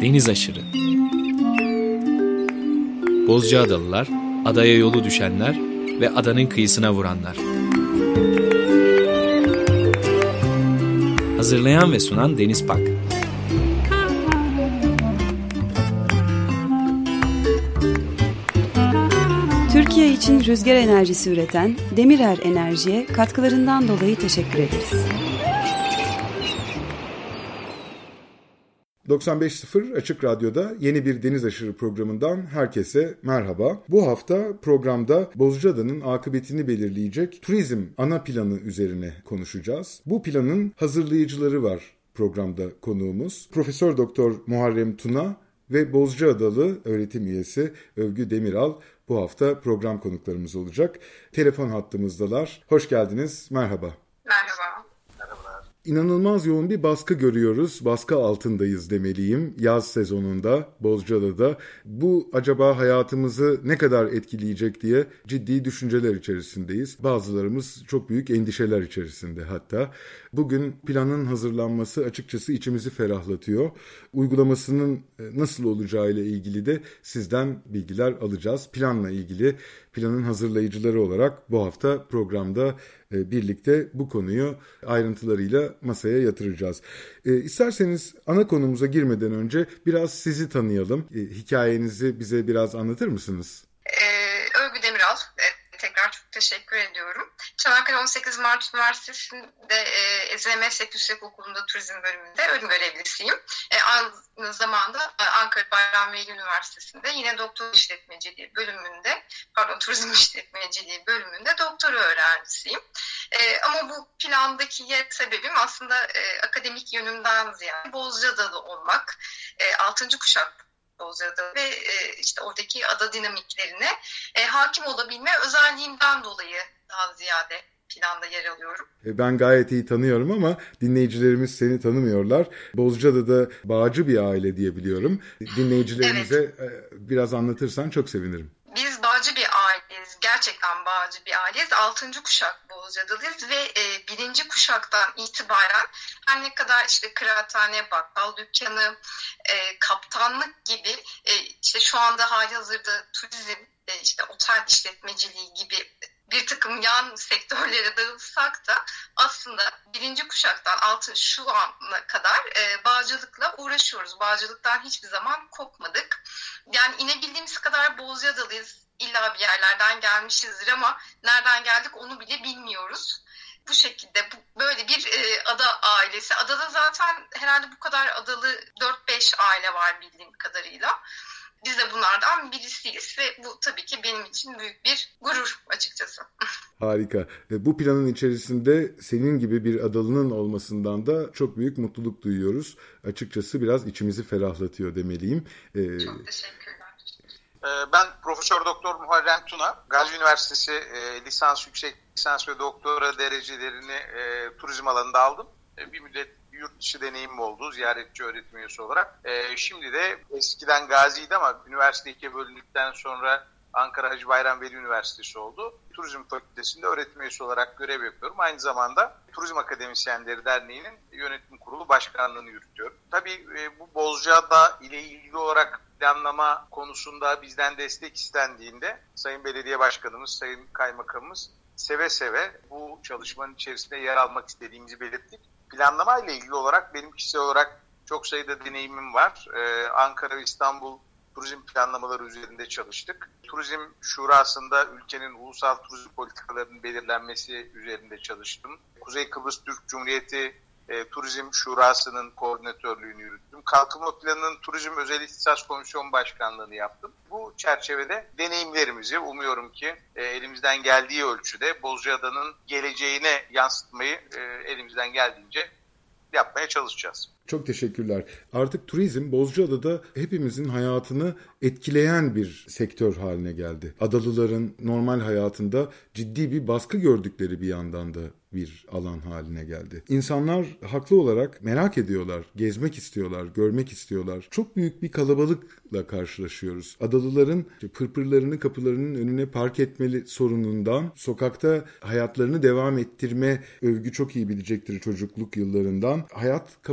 Deniz aşırı. Bozcaadalılar, adaya yolu düşenler ve adanın kıyısına vuranlar. Hazırlayan ve sunan Deniz Pak. Türkiye için rüzgar enerjisi üreten Demirer Enerji'ye katkılarından dolayı teşekkür ederiz. 95.0 Açık Radyo'da yeni bir Deniz Aşırı programından herkese merhaba. Bu hafta programda Bozcaada'nın akıbetini belirleyecek turizm ana planı üzerine konuşacağız. Bu planın hazırlayıcıları var programda konuğumuz. Profesör Doktor Muharrem Tuna ve Bozcaadalı öğretim üyesi Övgü Demiral bu hafta program konuklarımız olacak. Telefon hattımızdalar. Hoş geldiniz, merhaba. Merhaba. İnanılmaz yoğun bir baskı görüyoruz. Baskı altındayız demeliyim. Yaz sezonunda Bozcaada'da. Bu acaba hayatımızı ne kadar etkileyecek diye ciddi düşünceler içerisindeyiz. Bazılarımız çok büyük endişeler içerisinde hatta. Bugün planın hazırlanması açıkçası içimizi ferahlatıyor. Uygulamasının nasıl olacağı ile ilgili de sizden bilgiler alacağız. Planla ilgili planın hazırlayıcıları olarak bu hafta programda birlikte bu konuyu ayrıntılarıyla masaya yatıracağız. İsterseniz ana konumuza girmeden önce biraz sizi tanıyalım. Hikayenizi bize biraz anlatır mısınız? Övgü Demiral. Tekrar çok teşekkür ediyorum. Çanakkale 18 Mart Üniversitesi'nde Eze Meslek Yüksekokulu'nda turizm bölümünde öğretim görevlisiyim. Aynı zamanda Ankara Bayram Veli Üniversitesi'nde yine doktor işletmeciliği bölümünde, turizm işletmeciliği bölümünde doktora öğrencisiyim. Ama bu plandaki sebebim aslında akademik yönümden ziyade Bozcaadalı olmak, 6. kuşak Bozcaada ve işte oradaki ada dinamiklerine hakim olabilme özelliğimden dolayı daha ziyade planda yer alıyorum. Ben gayet iyi tanıyorum ama dinleyicilerimiz seni tanımıyorlar. Bozcaada'da bağcı bir aile diye biliyorum. Dinleyicilerimize biraz anlatırsan çok sevinirim. Biz bağcı bir aileyiz. Gerçekten bağcı bir aileyiz. 6. kuşak Bozcaadalıyız ve 1. kuşaktan itibaren her ne kadar işte kıraathane, bakkal dükkanı, kaptanlık gibi işte şu anda halihazırda turizm, işte otel işletmeciliği gibi bir takım yan sektörlere dağılsak da aslında 1. kuşaktan şu ana kadar bağcılıkla uğraşıyoruz. Bağcılıktan hiçbir zaman kopmadık. Yani inebildiğimiz kadar Bozcaadalıyız. İlla bir yerlerden gelmişizdir ama nereden geldik onu bile bilmiyoruz. Bu şekilde böyle bir ada ailesi. Adada zaten herhalde bu kadar adalı 4-5 aile var bildiğim kadarıyla. Biz de bunlardan birisiyiz ve bu tabii ki benim için büyük bir gurur açıkçası. Harika. Bu planın içerisinde senin gibi bir adalının olmasından da çok büyük mutluluk duyuyoruz. Açıkçası biraz içimizi ferahlatıyor demeliyim. Çok teşekkürler. Ben Profesör Doktor Muharrem Tuna, Gazi Üniversitesi lisans, yüksek lisans ve doktora derecelerini turizm alanında aldım. Bir müddet yurt dışı deneyimim oldu ziyaretçi öğretim üyesi olarak. Şimdi de eskiden Gazi'ydi ama üniversite 2'ye bölündükten sonra Ankara Hacı Bayram Veli Üniversitesi oldu. Turizm Fakültesi'nde öğretim üyesi olarak görev yapıyorum. Aynı zamanda Turizm Akademisyenleri Derneği'nin yönetim kurulu başkanlığını yürütüyorum. Tabii bu Bozcaada ile ilgili olarak planlama konusunda bizden destek istendiğinde Sayın Belediye Başkanımız, Sayın Kaymakamımız seve seve bu çalışmanın içerisinde yer almak istediğimizi belirttik. Planlama ile ilgili olarak benim kişisel olarak çok sayıda deneyimim var. Ankara ve İstanbul turizm planlamaları üzerinde çalıştık. Turizm Şurası'nda ülkenin ulusal turizm politikalarının belirlenmesi üzerinde çalıştım. Kuzey Kıbrıs Türk Cumhuriyeti Turizm Şurası'nın koordinatörlüğünü yürüttüm. Kalkınma Planı'nın Turizm Özel İhtisas Komisyon Başkanlığı'nı yaptım. Bu çerçevede deneyimlerimizi umuyorum ki elimizden geldiği ölçüde Bozcaada'nın geleceğine yansıtmayı elimizden geldiğince yapmaya çalışacağız. Çok teşekkürler. Artık turizm Bozcaada'da hepimizin hayatını etkileyen bir sektör haline geldi. Adalıların normal hayatında ciddi bir baskı gördükleri bir yandan da bir alan haline geldi. İnsanlar haklı olarak merak ediyorlar, gezmek istiyorlar, görmek istiyorlar. Çok büyük bir kalabalıkla karşılaşıyoruz. Adalıların pırpırlarını kapılarının önüne park etmeli sorunundan, sokakta hayatlarını devam ettirme, Övgü çok iyi bilecektir çocukluk yıllarından, hayat kapı önünde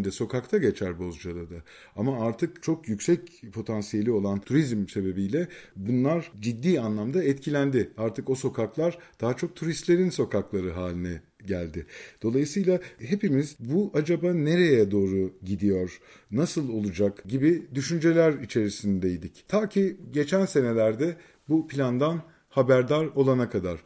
günde sokakta geçer Bozcaada'da. Ama artık çok yüksek potansiyeli olan turizm sebebiyle bunlar ciddi anlamda etkilendi. Artık o sokaklar daha çok turistlerin sokakları haline geldi. Dolayısıyla hepimiz bu acaba nereye doğru gidiyor, nasıl olacak gibi düşünceler içerisindeydik. Ta ki geçen senelerde bu plandan haberdar olana kadar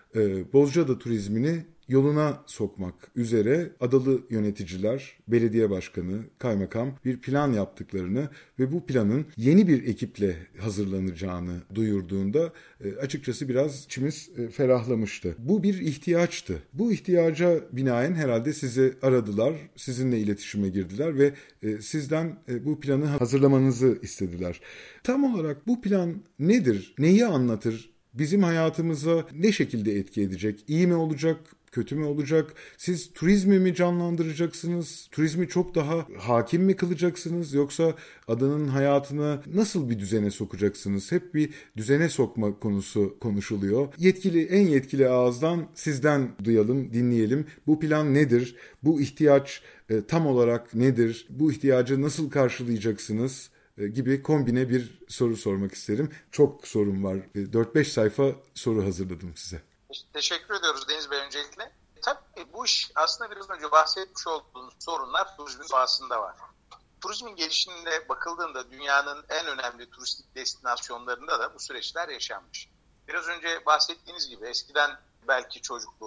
Bozcaada turizmini yoluna sokmak üzere adalı yöneticiler, belediye başkanı, kaymakam bir plan yaptıklarını ve bu planın yeni bir ekiple hazırlanacağını duyurduğunda açıkçası biraz içimiz ferahlamıştı. Bu bir ihtiyaçtı. Bu ihtiyaca binaen herhalde sizi aradılar, sizinle iletişime girdiler ve sizden bu planı hazırlamanızı istediler. Tam olarak bu plan nedir, neyi anlatır? Bizim hayatımıza ne şekilde etki edecek? İyi mi olacak, kötü mü olacak? Siz turizmi mi canlandıracaksınız? Turizmi çok daha hakim mi kılacaksınız? Yoksa adanın hayatını nasıl bir düzene sokacaksınız? Hep bir düzene sokma konusu konuşuluyor. En yetkili ağızdan sizden duyalım, dinleyelim. Bu plan nedir? Bu ihtiyaç tam olarak nedir? Bu ihtiyacı nasıl karşılayacaksınız? Gibi kombine bir soru sormak isterim. Çok sorum var. 4-5 sayfa soru hazırladım size. Teşekkür ediyoruz Deniz Bey öncelikle. Tabii bu iş aslında biraz önce bahsetmiş olduğunuz sorunlar turizmin doğasında var. Turizmin gelişimine bakıldığında dünyanın en önemli turistik destinasyonlarında da bu süreçler yaşanmış. Biraz önce bahsettiğiniz gibi eskiden belki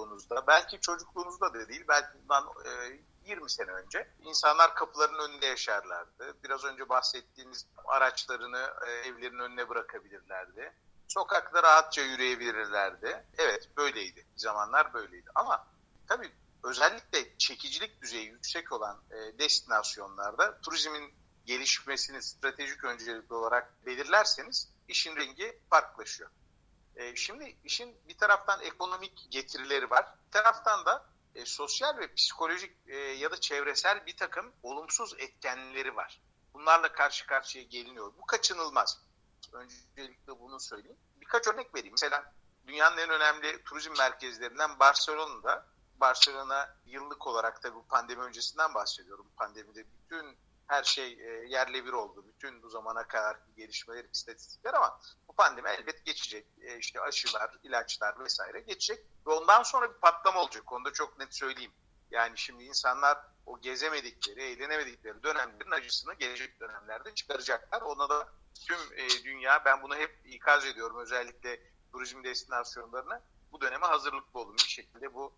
çocukluğunuzda da değil, belki bundan 20 sene önce insanlar kapılarının önünde yaşarlardı. Biraz önce bahsettiğimiz araçlarını evlerinin önüne bırakabilirlerdi. Sokakta rahatça yürüyebilirlerdi. Evet, böyleydi. Bir zamanlar böyleydi. Ama tabii özellikle çekicilik düzeyi yüksek olan destinasyonlarda turizmin gelişmesini stratejik öncelikli olarak belirlerseniz işin rengi farklılaşıyor. Şimdi işin bir taraftan ekonomik getirileri var. Bir taraftan da sosyal ve psikolojik ya da çevresel bir takım olumsuz etkenleri var. Bunlarla karşı karşıya geliniyor. Bu kaçınılmaz. Öncelikle bunu söyleyeyim. Birkaç örnek vereyim. Mesela dünyanın en önemli turizm merkezlerinden Barcelona yıllık olarak da bu pandemi öncesinden bahsediyorum. Pandemide bütün her şey yerle bir oldu. Bütün bu zamana kadar gelişmeler, istatistikler ama bu pandemi elbet geçecek. İşte aşılar, ilaçlar vesaire geçecek ve ondan sonra bir patlama olacak. Onu da çok net söyleyeyim. Yani şimdi insanlar o gezemedikleri, eğlenemedikleri dönemlerin acısını gelecek dönemlerde çıkaracaklar. Ona da tüm dünya, ben bunu hep ikaz ediyorum özellikle turizm destinasyonlarına, bu döneme hazırlıklı olun. Bir şekilde bu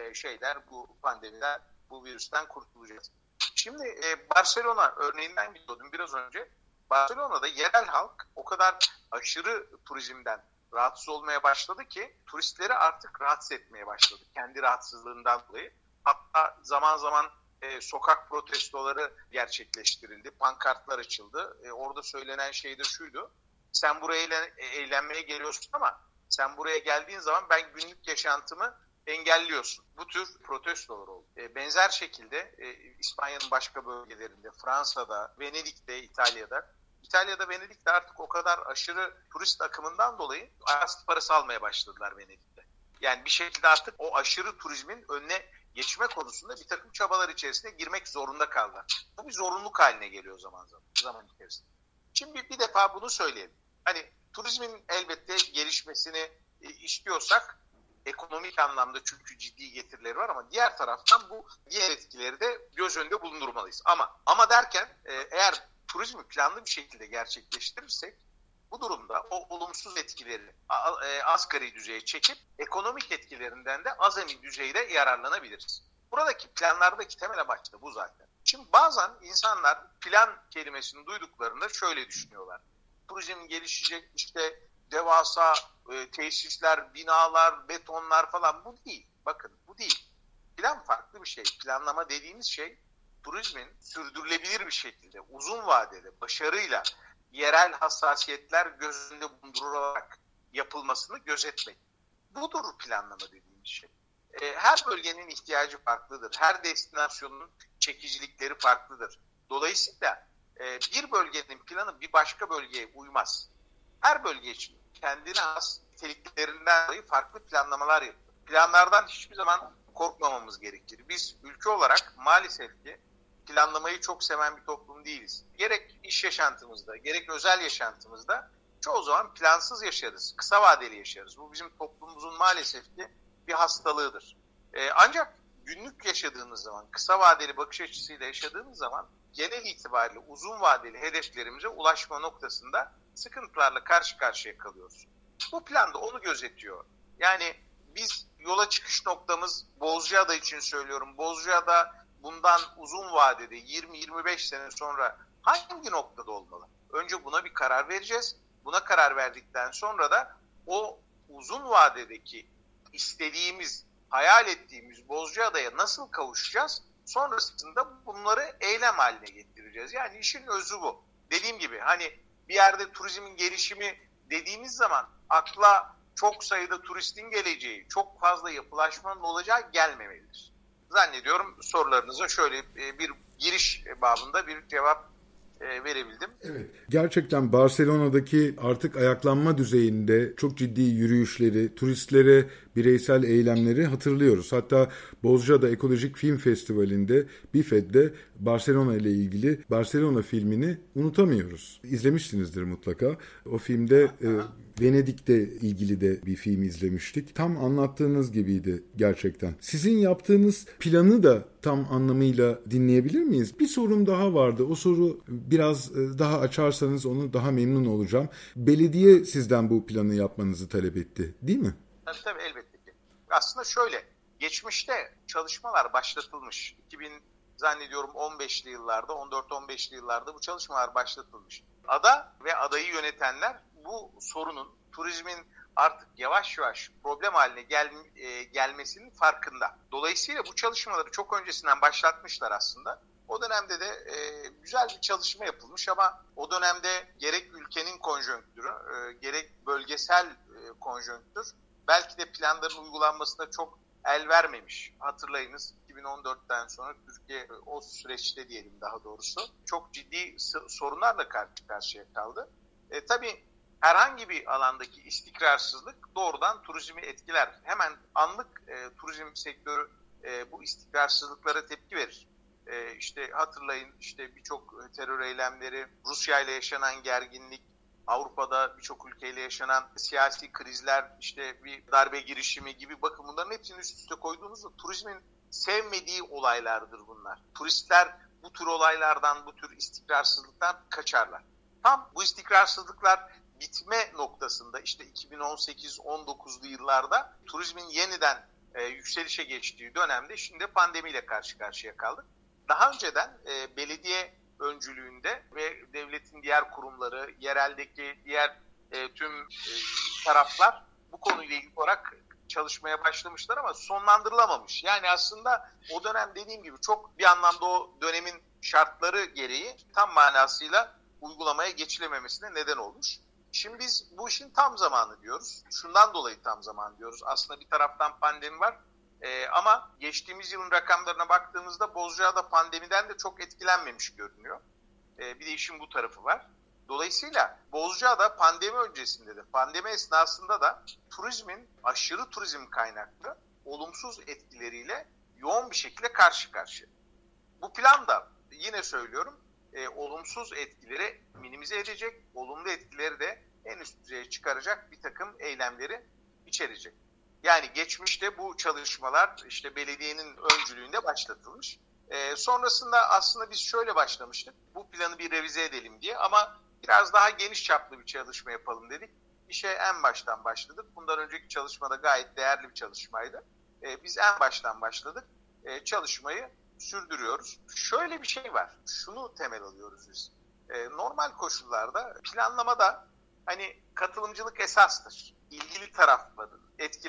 bu pandemiden, bu virüsten kurtulacağız. Şimdi Barcelona örneğinden gidiyordum biraz önce. Barcelona'da yerel halk o kadar aşırı turizmden rahatsız olmaya başladı ki turistleri artık rahatsız etmeye başladı. Kendi rahatsızlığından dolayı. Hatta zaman zaman sokak protestoları gerçekleştirildi. Pankartlar açıldı. Orada söylenen şey de şuydu. Sen buraya eğlenmeye geliyorsun ama sen buraya geldiğin zaman ben günlük yaşantımı engelliyorsun. Bu tür protestolar oldu. Benzer şekilde İspanya'nın başka bölgelerinde, Fransa'da, Venedik'te, İtalya'da Venedik'te artık o kadar aşırı turist akımından dolayı arası parası almaya başladılar Venedik'te. Yani bir şekilde artık o aşırı turizmin önüne geçme konusunda bir takım çabalar içerisine girmek zorunda kaldılar. Bu bir zorunluluk haline geliyor zaman içerisinde. Şimdi bir defa bunu söyleyelim. Hani turizmin elbette gelişmesini istiyorsak ekonomik anlamda çünkü ciddi getirileri var ama diğer taraftan bu diğer etkileri de göz önünde bulundurmalıyız. Ama derken eğer turizmi planlı bir şekilde gerçekleştirirsek bu durumda o olumsuz etkileri asgari düzeye çekip ekonomik etkilerinden de azami düzeyde yararlanabiliriz. Buradaki planlardaki temel amaç da bu zaten. Şimdi bazen insanlar plan kelimesini duyduklarında şöyle düşünüyorlar. Turizm gelişecek, işte devasa tesisler, binalar, betonlar falan, bu değil. Bakın bu değil. Plan farklı bir şey. Planlama dediğimiz şey turizmin sürdürülebilir bir şekilde, uzun vadede, başarıyla yerel hassasiyetler göz önünde bulundurularak yapılmasını gözetmek. Budur planlama dediğimiz şey. Her bölgenin ihtiyacı farklıdır. Her destinasyonun çekicilikleri farklıdır. Dolayısıyla bir bölgenin planı bir başka bölgeye uymaz. Her bölge için kendine has niteliklerinden dolayı farklı planlamalar yapılır. Planlardan hiçbir zaman korkmamamız gerekir. Biz ülke olarak maalesef ki planlamayı çok seven bir toplum değiliz. Gerek iş yaşantımızda, gerek özel yaşantımızda çoğu zaman plansız yaşarız, kısa vadeli yaşarız. Bu bizim toplumumuzun maalesef ki bir hastalığıdır. Ancak günlük yaşadığımız zaman, kısa vadeli bakış açısıyla yaşadığımız zaman genel itibariyle uzun vadeli hedeflerimize ulaşma noktasında sıkıntılarla karşı karşıya kalıyoruz. Bu plan da onu gözetiyor. Yani biz yola çıkış noktamız Bozcaada için söylüyorum. Bozcaada bundan uzun vadede 20-25 sene sonra hangi noktada olmalı? Önce buna bir karar vereceğiz. Buna karar verdikten sonra da o uzun vadedeki istediğimiz, hayal ettiğimiz Bozcaada'ya nasıl kavuşacağız? Sonrasında bunları eylem haline getireceğiz. Yani işin özü bu. Dediğim gibi hani bir yerde turizmin gelişimi dediğimiz zaman akla çok sayıda turistin geleceği, çok fazla yapılaşmanın olacağı gelmemelidir. Zannediyorum sorularınıza şöyle bir giriş babında bir cevap verebildim. Evet. Gerçekten Barcelona'daki artık ayaklanma düzeyinde çok ciddi yürüyüşleri, turistlere bireysel eylemleri hatırlıyoruz. Hatta Bozcaada Ekolojik Film Festivali'nde BİFED'de Barcelona ile ilgili Barcelona filmini unutamıyoruz. İzlemişsinizdir mutlaka. O filmde Venedik'te ilgili de bir film izlemiştik. Tam anlattığınız gibiydi gerçekten. Sizin yaptığınız planı da tam anlamıyla dinleyebilir miyiz? Bir sorum daha vardı. O soru biraz daha açarsanız onu daha memnun olacağım. Belediye sizden bu planı yapmanızı talep etti, değil mi? Tabii elbette ki. Aslında şöyle, geçmişte çalışmalar başlatılmış. Zannediyorum 15'li yıllarda, 14-15'li yıllarda bu çalışmalar başlatılmış. Ada ve adayı yönetenler bu sorunun, turizmin artık yavaş yavaş problem haline gelmesinin farkında. Dolayısıyla bu çalışmaları çok öncesinden başlatmışlar aslında. O dönemde de güzel bir çalışma yapılmış ama o dönemde gerek ülkenin konjonktürü, gerek bölgesel konjonktür belki de planların uygulanmasına çok el vermemiş. Hatırlayınız 2014'ten sonra Türkiye o süreçte diyelim daha doğrusu çok ciddi sorunlarla karşı karşıya kaldı. Tabii herhangi bir alandaki istikrarsızlık doğrudan turizmi etkiler. Hemen anlık turizm sektörü bu istikrarsızlıklara tepki verir. İşte hatırlayın işte birçok terör eylemleri, Rusya ile yaşanan gerginlik, Avrupa'da birçok ülkeyle yaşanan siyasi krizler, işte bir darbe girişimi gibi bakın bunların hepsini üst üste koyduğunuzda turizmin sevmediği olaylardır bunlar. Turistler bu tür olaylardan, bu tür istikrarsızlıktan kaçarlar. Tam bu istikrarsızlıklar bitme noktasında işte 2018-19'lu yıllarda turizmin yeniden yükselişe geçtiği dönemde şimdi pandemiyle karşı karşıya kaldık. Daha önceden belediye öncülüğünde ve devletin diğer kurumları, yereldeki diğer tüm taraflar bu konuyla ilgili olarak çalışmaya başlamışlar ama sonlandırılamamış. Yani aslında o dönem dediğim gibi çok bir anlamda o dönemin şartları gereği tam manasıyla uygulamaya geçilememesine neden olmuş. Şimdi biz bu işin tam zamanı diyoruz. Şundan dolayı tam zaman diyoruz. Aslında bir taraftan pandemi var. Ama geçtiğimiz yılın rakamlarına baktığımızda Bozcaada pandemiden de çok etkilenmemiş görünüyor. Bir de işin bu tarafı var. Dolayısıyla Bozcaada pandemi öncesinde de pandemi esnasında da turizmin aşırı turizm kaynaklı olumsuz etkileriyle yoğun bir şekilde karşı karşıya. Bu plan da yine söylüyorum olumsuz etkileri minimize edecek, olumlu etkileri de en üst düzeye çıkaracak bir takım eylemleri içerecek. Yani geçmişte bu çalışmalar işte belediyenin öncülüğünde başlatılmış. Sonrasında aslında biz şöyle başlamıştık. Bu planı bir revize edelim diye ama biraz daha geniş çaplı bir çalışma yapalım dedik. İşe en baştan başladık. Bundan önceki çalışmada gayet değerli bir çalışmaydı. Biz en baştan başladık. Çalışmayı sürdürüyoruz. Şöyle bir şey var. Şunu temel alıyoruz biz. Normal koşullarda planlamada hani katılımcılık esastır. İlgili tarafların,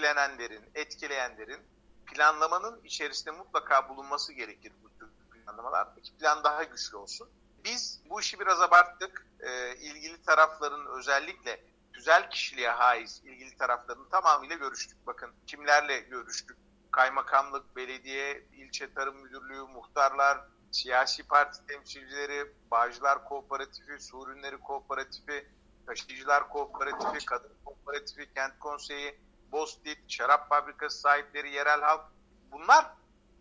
etkileyenlerin planlamanın içerisinde mutlaka bulunması gerekir bu tür planlamalarda ki plan daha güçlü olsun. Biz bu işi biraz abarttık. İlgili tarafların özellikle tüzel kişiliğe haiz ilgili tarafların tamamıyla görüştük. Bakın kimlerle görüştük? Kaymakamlık, belediye, ilçe tarım müdürlüğü, muhtarlar, siyasi parti temsilcileri, Bağcılar Kooperatifi, Su Ürünleri Kooperatifi, Taşıyıcılar Kooperatifi, Kadın Kooperatifi, Kent Konseyi, Bostit, Şarap Fabrikası sahipleri, yerel halk.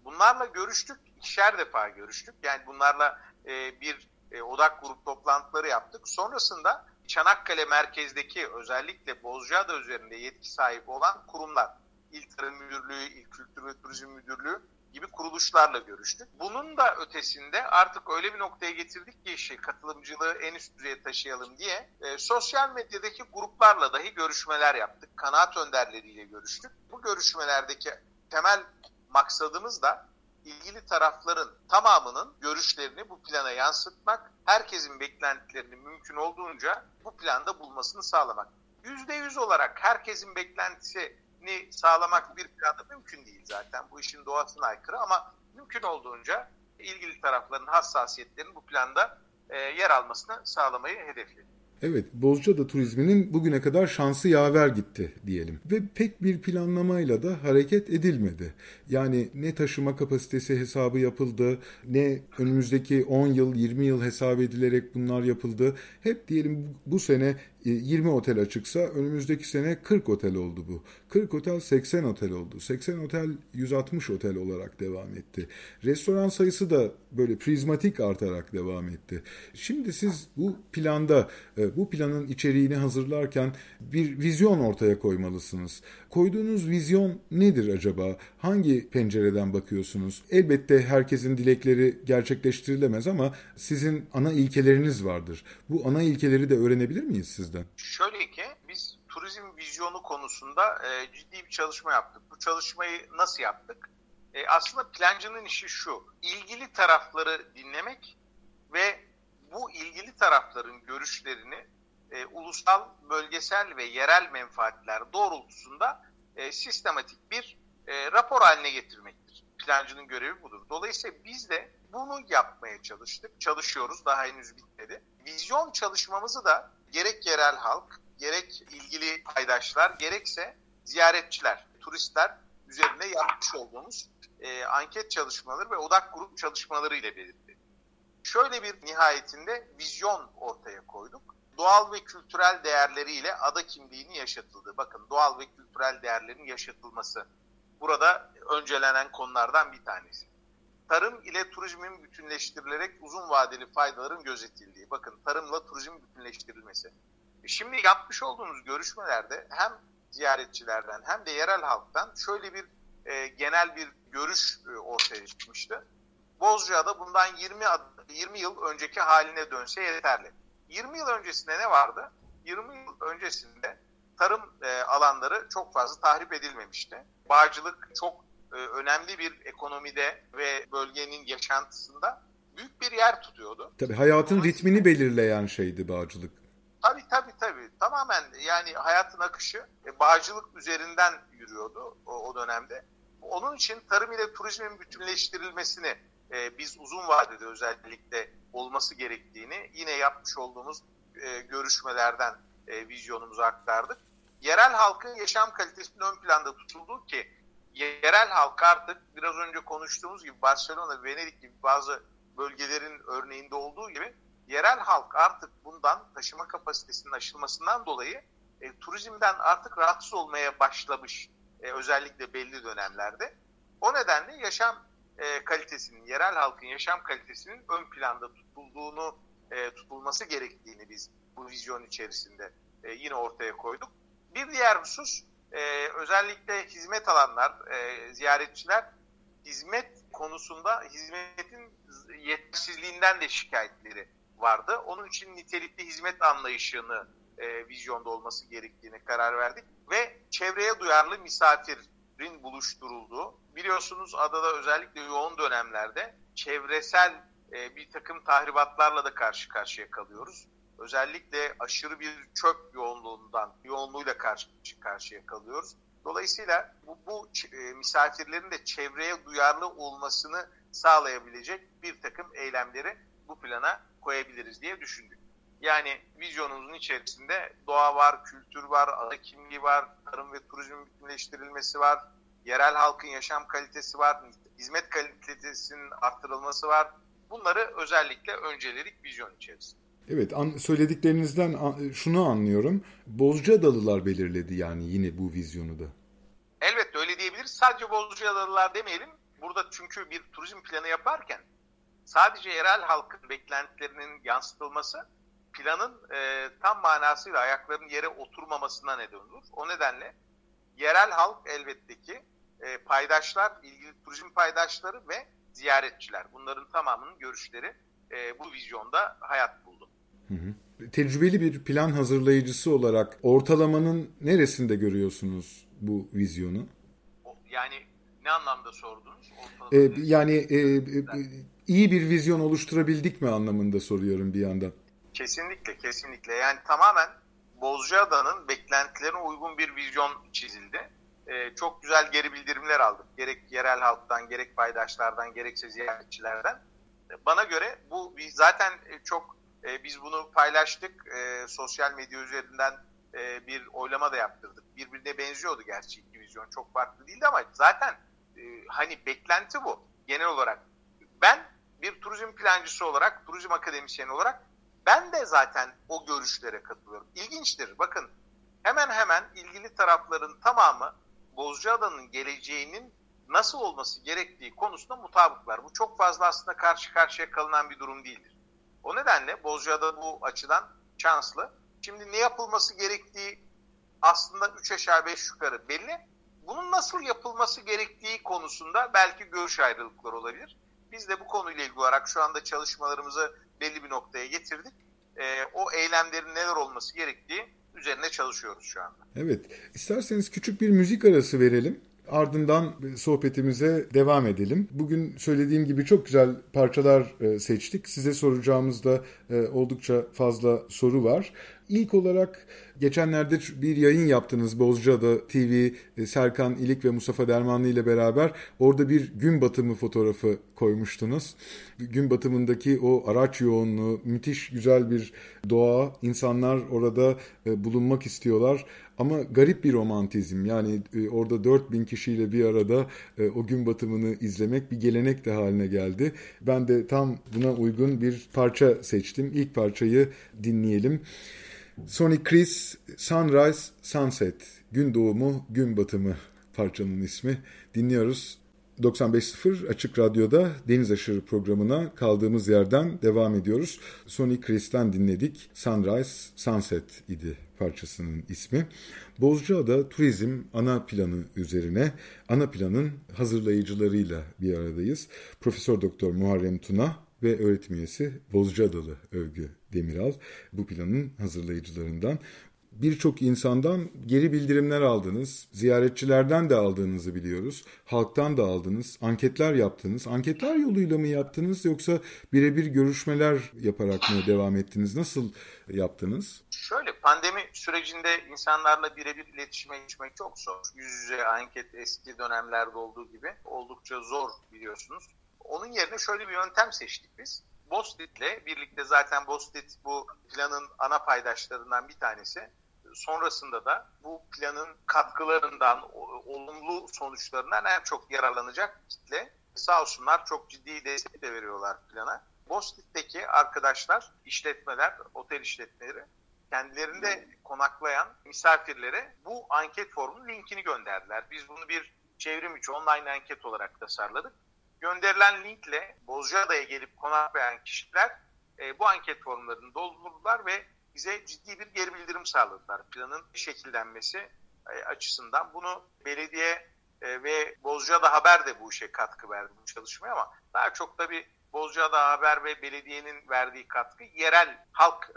Bunlarla görüştük, ikişer defa görüştük. Yani bunlarla bir odak grup toplantıları yaptık. Sonrasında Çanakkale merkezdeki özellikle Bozcaada üzerinde yetki sahibi olan kurumlar, İl Tarım Müdürlüğü, İl Kültür ve Turizm Müdürlüğü gibi kuruluşlarla görüştük. Bunun da ötesinde artık öyle bir noktaya getirdik ki işi, katılımcılığı en üst düzeye taşıyalım diye sosyal medyadaki gruplarla dahi görüşmeler yaptık. Kanaat önderleriyle görüştük. Bu görüşmelerdeki temel maksadımız da ilgili tarafların tamamının görüşlerini bu plana yansıtmak, herkesin beklentilerini mümkün olduğunca bu planda bulmasını sağlamak. %100 olarak herkesin beklentisini sağlamak bir planda mümkün değil zaten. Bu işin doğasına aykırı ama mümkün olduğunca ilgili tarafların hassasiyetlerinin bu planda yer almasını sağlamayı hedefledik. Evet, Bozcaada turizminin bugüne kadar şansı yaver gitti diyelim. Ve pek bir planlamayla da hareket edilmedi. Yani ne taşıma kapasitesi hesabı yapıldı, ne önümüzdeki 10 yıl, 20 yıl hesap edilerek bunlar yapıldı. Hep diyelim bu sene 20 otel açıksa önümüzdeki sene 40 otel oldu bu. 40 otel 80 otel oldu. 80 otel 160 otel olarak devam etti. Restoran sayısı da böyle prizmatik artarak devam etti. Şimdi siz bu planda, bu planın içeriğini hazırlarken bir vizyon ortaya koymalısınız. Koyduğunuz vizyon nedir acaba? Hangi pencereden bakıyorsunuz? Elbette herkesin dilekleri gerçekleştirilemez ama sizin ana ilkeleriniz vardır. Bu ana ilkeleri de öğrenebilir miyiz sizden? Şöyle ki biz turizm vizyonu konusunda ciddi bir çalışma yaptık. Bu çalışmayı nasıl yaptık? Aslında plancının işi şu: ilgili tarafları dinlemek ve bu ilgili tarafların görüşlerini ulusal, bölgesel ve yerel menfaatler doğrultusunda sistematik bir rapor haline getirmektir. Plancının görevi budur. Dolayısıyla biz de bunu yapmaya çalıştık. Çalışıyoruz. Daha henüz bitmedi. Vizyon çalışmamızı da gerek yerel halk, gerek ilgili paydaşlar, gerekse ziyaretçiler, turistler üzerinde yapmış olduğumuz anket çalışmaları ve odak grup çalışmaları ile belirledik. Şöyle bir nihayetinde vizyon ortaya koyduk. Doğal ve kültürel değerleriyle ada kimliğini yaşatıldı. Bakın, doğal ve kültürel değerlerin yaşatılması burada öncelenen konulardan bir tanesi. Tarım ile turizmin bütünleştirilerek uzun vadeli faydaların gözetildiği. Bakın, tarımla turizmin bütünleştirilmesi. Şimdi yapmış olduğumuz görüşmelerde hem ziyaretçilerden hem de yerel halktan şöyle bir genel bir görüş ortaya çıkmıştı. Bozcaada bundan 20 yıl önceki haline dönse yeterli. 20 yıl öncesinde ne vardı? 20 yıl öncesinde tarım alanları çok fazla tahrip edilmemişti. Bağcılık çok önemli bir ekonomide ve bölgenin yaşantısında büyük bir yer tutuyordu. Tabii hayatın ritmini belirleyen şeydi bağcılık. Tabii. Tamamen yani hayatın akışı bağcılık üzerinden yürüyordu o dönemde. Onun için tarım ile turizmin bütünleştirilmesini biz uzun vadede özellikle olması gerektiğini yine yapmış olduğumuz görüşmelerden vizyonumuzu aktardık. Yerel halkın yaşam kalitesinin ön planda tutulduğu ki yerel halk artık biraz önce konuştuğumuz gibi Barcelona, Venedik gibi bazı bölgelerin örneğinde olduğu gibi yerel halk artık bundan, taşıma kapasitesinin aşılmasından dolayı turizmden artık rahatsız olmaya başlamış özellikle belli dönemlerde. O nedenle yaşam kalitesinin, yerel halkın yaşam kalitesinin ön planda tutulması gerektiğini biz bu vizyon içerisinde yine ortaya koyduk. Bir diğer husus özellikle hizmet alanlar, ziyaretçiler hizmet konusunda hizmetin yetersizliğinden de şikayetleri vardı. Onun için nitelikli hizmet anlayışını vizyonda olması gerektiğine karar verdik ve çevreye duyarlı misafirin buluşturulduğu, biliyorsunuz adada özellikle yoğun dönemlerde çevresel bir takım tahribatlarla da karşı karşıya kalıyoruz. Özellikle aşırı bir çöp yoğunluğuyla karşı karşıya kalıyoruz. Dolayısıyla bu misafirlerin de çevreye duyarlı olmasını sağlayabilecek bir takım eylemleri bu plana koyabiliriz diye düşündük. Yani vizyonumuzun içerisinde doğa var, kültür var, ada kimliği var, tarım ve turizmin bütünleştirilmesi var, yerel halkın yaşam kalitesi var, hizmet kalitesinin arttırılması var. Bunları özellikle önceledik vizyon içerisinde. Evet, söylediklerinizden şunu anlıyorum. Bozcaadalılar belirledi yani yine bu vizyonu da. Elbette öyle diyebiliriz. Sadece Bozcaadalılar demeyelim. burada çünkü bir turizm planı yaparken sadece yerel halkın beklentilerinin yansıtılması planın tam manasıyla ayaklarının yere oturmamasına neden olur. O nedenle yerel halk elbette ki paydaşlar, ilgili turizm paydaşları ve ziyaretçiler. Bunların tamamının görüşleri bu vizyonda hayat buldu. Hı hı. Tecrübeli bir plan hazırlayıcısı olarak ortalamanın neresinde görüyorsunuz bu vizyonu? Yani ne anlamda sordunuz? İyi bir vizyon oluşturabildik mi anlamında soruyorum bir yandan. Kesinlikle. Yani tamamen Bozcaada'nın beklentilerine uygun bir vizyon çizildi. Çok güzel geri bildirimler aldık. Gerek yerel halktan, gerek paydaşlardan, gerekse ziyaretçilerden. Bana göre bu zaten biz bunu paylaştık. Sosyal medya üzerinden bir oylama da yaptırdık. Birbirine benziyordu gerçi iki vizyon. Çok farklı değildi ama zaten beklenti bu. Genel olarak ben bir turizm plancısı olarak, turizm akademisyeni olarak ben de zaten o görüşlere katılıyorum. İlginçtir. Bakın hemen ilgili tarafların tamamı Bozcaada'nın geleceğinin nasıl olması gerektiği konusunda mutabıklar. Bu çok fazla aslında karşı karşıya kalınan bir durum değildir. O nedenle Bozcaada bu açıdan şanslı. Şimdi ne yapılması gerektiği aslında 3 aşağı 5 yukarı belli. Bunun nasıl yapılması gerektiği konusunda belki görüş ayrılıkları olabilir. Biz de bu konuyla ilgili olarak şu anda çalışmalarımızı belli bir noktaya getirdik. O eylemlerin neler olması gerektiği üzerine çalışıyoruz şu anda. Evet, isterseniz küçük bir müzik arası verelim. Ardından sohbetimize devam edelim. Bugün söylediğim gibi çok güzel parçalar seçtik. Size soracağımızda oldukça fazla soru var. İlk olarak geçenlerde bir yayın yaptınız Bozcaada TV, Serkan İlik ve Mustafa Dermanlı ile beraber. Orada bir gün batımı fotoğrafı koymuştunuz. Gün batımındaki o araç yoğunluğu, müthiş güzel bir doğa, insanlar orada bulunmak istiyorlar. Ama garip bir romantizm, yani orada 4000 kişiyle bir arada o gün batımını izlemek bir gelenek de haline geldi. Ben de tam buna uygun bir parça seçtim. İlk parçayı dinleyelim. Sonic Chris, Sunrise, Sunset, gün doğumu, gün batımı parçanın ismi. Dinliyoruz. 95.0 Açık Radyo'da Deniz Aşırı programına kaldığımız yerden devam ediyoruz. Sonic Chris'ten dinledik. Sunrise, Sunset idi parçasının ismi. Bozcaada Turizm ana planı üzerine, ana planın hazırlayıcılarıyla bir aradayız. Profesör Doktor Muharrem Tuna ve öğretim üyesi Bozcaadalı Övgü Demiral bu planın hazırlayıcılarından. Birçok insandan geri bildirimler aldınız, ziyaretçilerden de aldığınızı biliyoruz, halktan da aldınız, anketler yaptınız. Anketler yoluyla mı yaptınız yoksa birebir görüşmeler yaparak mı devam ettiniz? Nasıl yaptınız? Şöyle, pandemi sürecinde insanlarla birebir iletişime geçmek çok zor. Yüz yüze anket eski dönemlerde olduğu gibi oldukça zor biliyorsunuz. Onun yerine şöyle bir yöntem seçtik biz. Bostit'le birlikte, zaten Bostit bu planın ana paydaşlarından bir tanesi. Sonrasında da bu planın katkılarından, olumlu sonuçlarından en çok yararlanacak kitle. Sağ olsunlar, çok ciddi destek de veriyorlar plana. Bostit'teki arkadaşlar, işletmeler, otel işletmeleri kendilerinde konaklayan misafirlere bu anket formunun linkini gönderdiler. Biz bunu bir çevrim içi online anket olarak tasarladık. Gönderilen linkle Bozcaada'ya gelip konaklayan kişiler bu anket formlarını doldurdular ve bize ciddi bir geri bildirim sağladılar planın şekillenmesi açısından. Bunu belediye ve Bozcaada Haber de bu işe katkı verdi, bu çalışmaya, ama daha çok tabii Bozcaada Haber ve belediyenin verdiği katkı yerel halk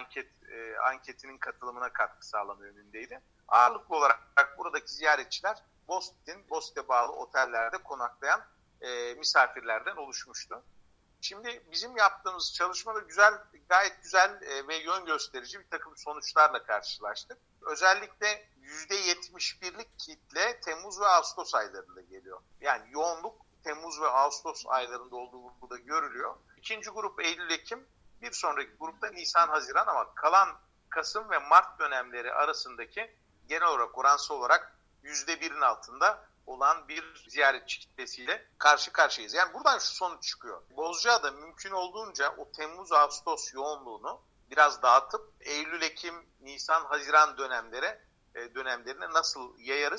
anketinin katılımına katkı sağlama yönündeydi. Ağırlıklı olarak buradaki ziyaretçiler Bostit'e bağlı otellerde konaklayan misafirlerden oluşmuştu. Şimdi bizim yaptığımız çalışmada gayet güzel ve yön gösterici bir takım sonuçlarla karşılaştık. Özellikle %71'lik kitle Temmuz ve Ağustos aylarında geliyor. Yani yoğunluk Temmuz ve Ağustos aylarında olduğu burada görülüyor. İkinci grup Eylül-Ekim, bir sonraki grupta Nisan-Haziran, ama kalan Kasım ve Mart dönemleri arasındaki genel olarak oransal olarak %1'in altında olan bir ziyaretçi kitlesiyle karşı karşıyayız. Yani buradan şu sonuç çıkıyor. Bozcaada mümkün olduğunca o Temmuz-Ağustos yoğunluğunu biraz dağıtıp Eylül, Ekim, Nisan, Haziran dönemlerine nasıl yayarız?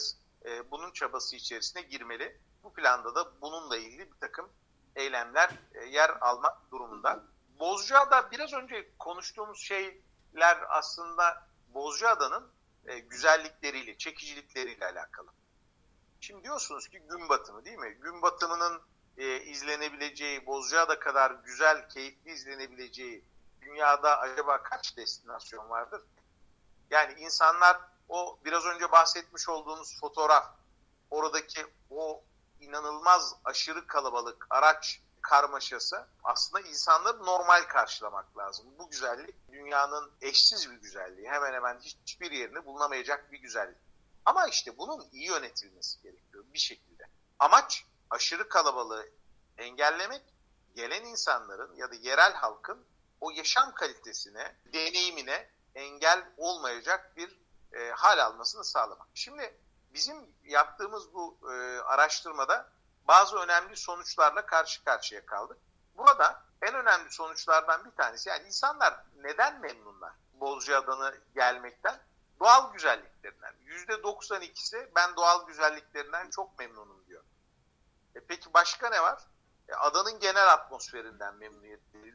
bunun çabası içerisine girmeli. Bu planda da bununla ilgili bir takım eylemler yer almak durumunda. Bozcaada biraz önce konuştuğumuz şeyler aslında Bozcaada'nın güzellikleriyle, çekicilikleriyle alakalı. Şimdi diyorsunuz ki gün batımı değil mi? Gün batımının izlenebileceği, Bozcaada kadar güzel, keyifli izlenebileceği dünyada acaba kaç destinasyon vardır? Yani insanlar o biraz önce bahsetmiş olduğumuz fotoğraf, oradaki o inanılmaz aşırı kalabalık araç karmaşası aslında insanları normal karşılamak lazım. Bu güzellik dünyanın eşsiz bir güzelliği. Hemen hemen hiçbir yerinde bulunamayacak bir güzellik. Ama işte bunun iyi yönetilmesi gerekiyor bir şekilde. Amaç aşırı kalabalığı engellemek, gelen insanların ya da yerel halkın o yaşam kalitesine, deneyimine engel olmayacak bir hal almasını sağlamak. Şimdi bizim yaptığımız bu araştırmada bazı önemli sonuçlarla karşı karşıya kaldık. Burada en önemli sonuçlardan bir tanesi, yani insanlar neden memnunlar Bozcaada'na gelmekten? Doğal güzelliklerinden. %92'si ben doğal güzelliklerinden çok memnunum diyor. Peki başka ne var? Adanın genel atmosferinden memnuniyetli.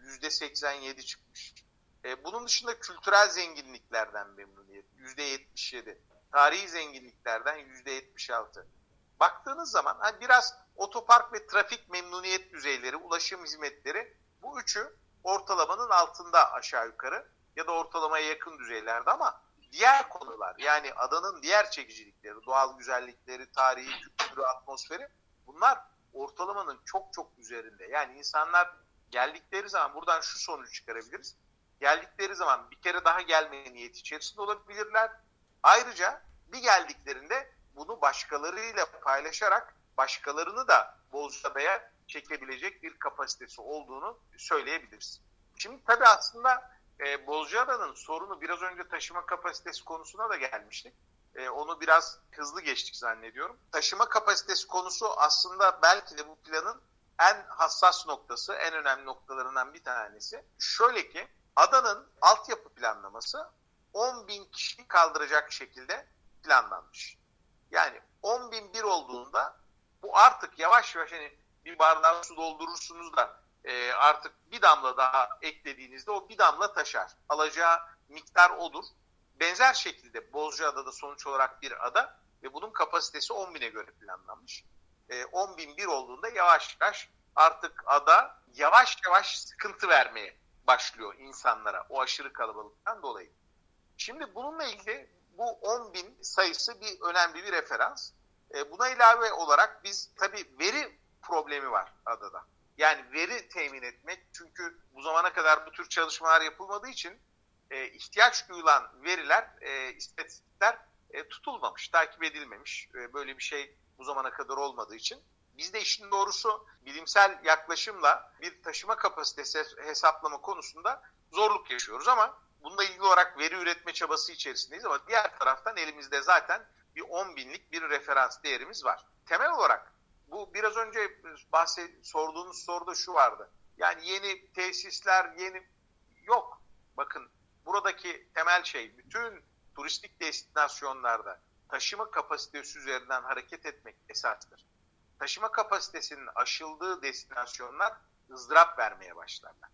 %87 çıkmış. Bunun dışında kültürel zenginliklerden memnuniyet. %77. Tarihi zenginliklerden %76. Baktığınız zaman hani biraz otopark ve trafik memnuniyet düzeyleri, ulaşım hizmetleri, bu üçü ortalamanın altında aşağı yukarı ya da ortalamaya yakın düzeylerde, ama diğer konular, yani adanın diğer çekicilikleri, doğal güzellikleri, tarihi, kültürü, atmosferi, bunlar ortalamanın çok çok üzerinde. Yani insanlar geldikleri zaman buradan şu sonucu çıkarabiliriz. Geldikleri zaman bir kere daha gelmeye niyet içerisinde olabilirler. Ayrıca bir geldiklerinde bunu başkalarıyla paylaşarak başkalarını da Bozcaada'ya çekebilecek bir kapasitesi olduğunu söyleyebiliriz. Şimdi tabii aslında Bozcaada'nın sorunu, biraz önce taşıma kapasitesi konusuna da gelmiştik. Onu biraz hızlı geçtik zannediyorum. Taşıma kapasitesi konusu aslında belki de bu planın en hassas noktası, en önemli noktalarından bir tanesi. Şöyle ki, adanın altyapı planlaması 10.000 kişiyi kaldıracak şekilde planlanmış. Yani 10.001 olduğunda bu artık yavaş yavaş, hani bir bardağı su doldurursunuz da artık bir damla daha eklediğinizde o bir damla taşar. Alacağı miktar odur. Benzer şekilde Bozcaada'da sonuç olarak bir ada ve bunun kapasitesi 10.000'e göre planlanmış. 10.001 olduğunda yavaş yavaş artık ada yavaş yavaş sıkıntı vermeye başlıyor insanlara o aşırı kalabalıktan dolayı. Şimdi bununla ilgili bu 10.000 sayısı bir önemli bir referans. Buna ilave olarak biz tabii veri problemi var adada. Yani veri temin etmek, çünkü bu zamana kadar bu tür çalışmalar yapılmadığı için ihtiyaç duyulan veriler, istatistikler tutulmamış, takip edilmemiş. Böyle bir şey bu zamana kadar olmadığı için biz de işin doğrusu bilimsel yaklaşımla bir taşıma kapasitesi hesaplama konusunda zorluk yaşıyoruz, ama bununla ilgili olarak veri üretme çabası içerisindeyiz. Ama diğer taraftan elimizde zaten bir 10.000'lik bir referans değerimiz var. Temel olarak bu biraz önce sorduğunuz soruda şu vardı. Yani yeni tesisler, yok. Bakın, buradaki temel şey, bütün turistik destinasyonlarda taşıma kapasitesi üzerinden hareket etmek esastır. Taşıma kapasitesinin aşıldığı destinasyonlar ızdırap vermeye başlarlar.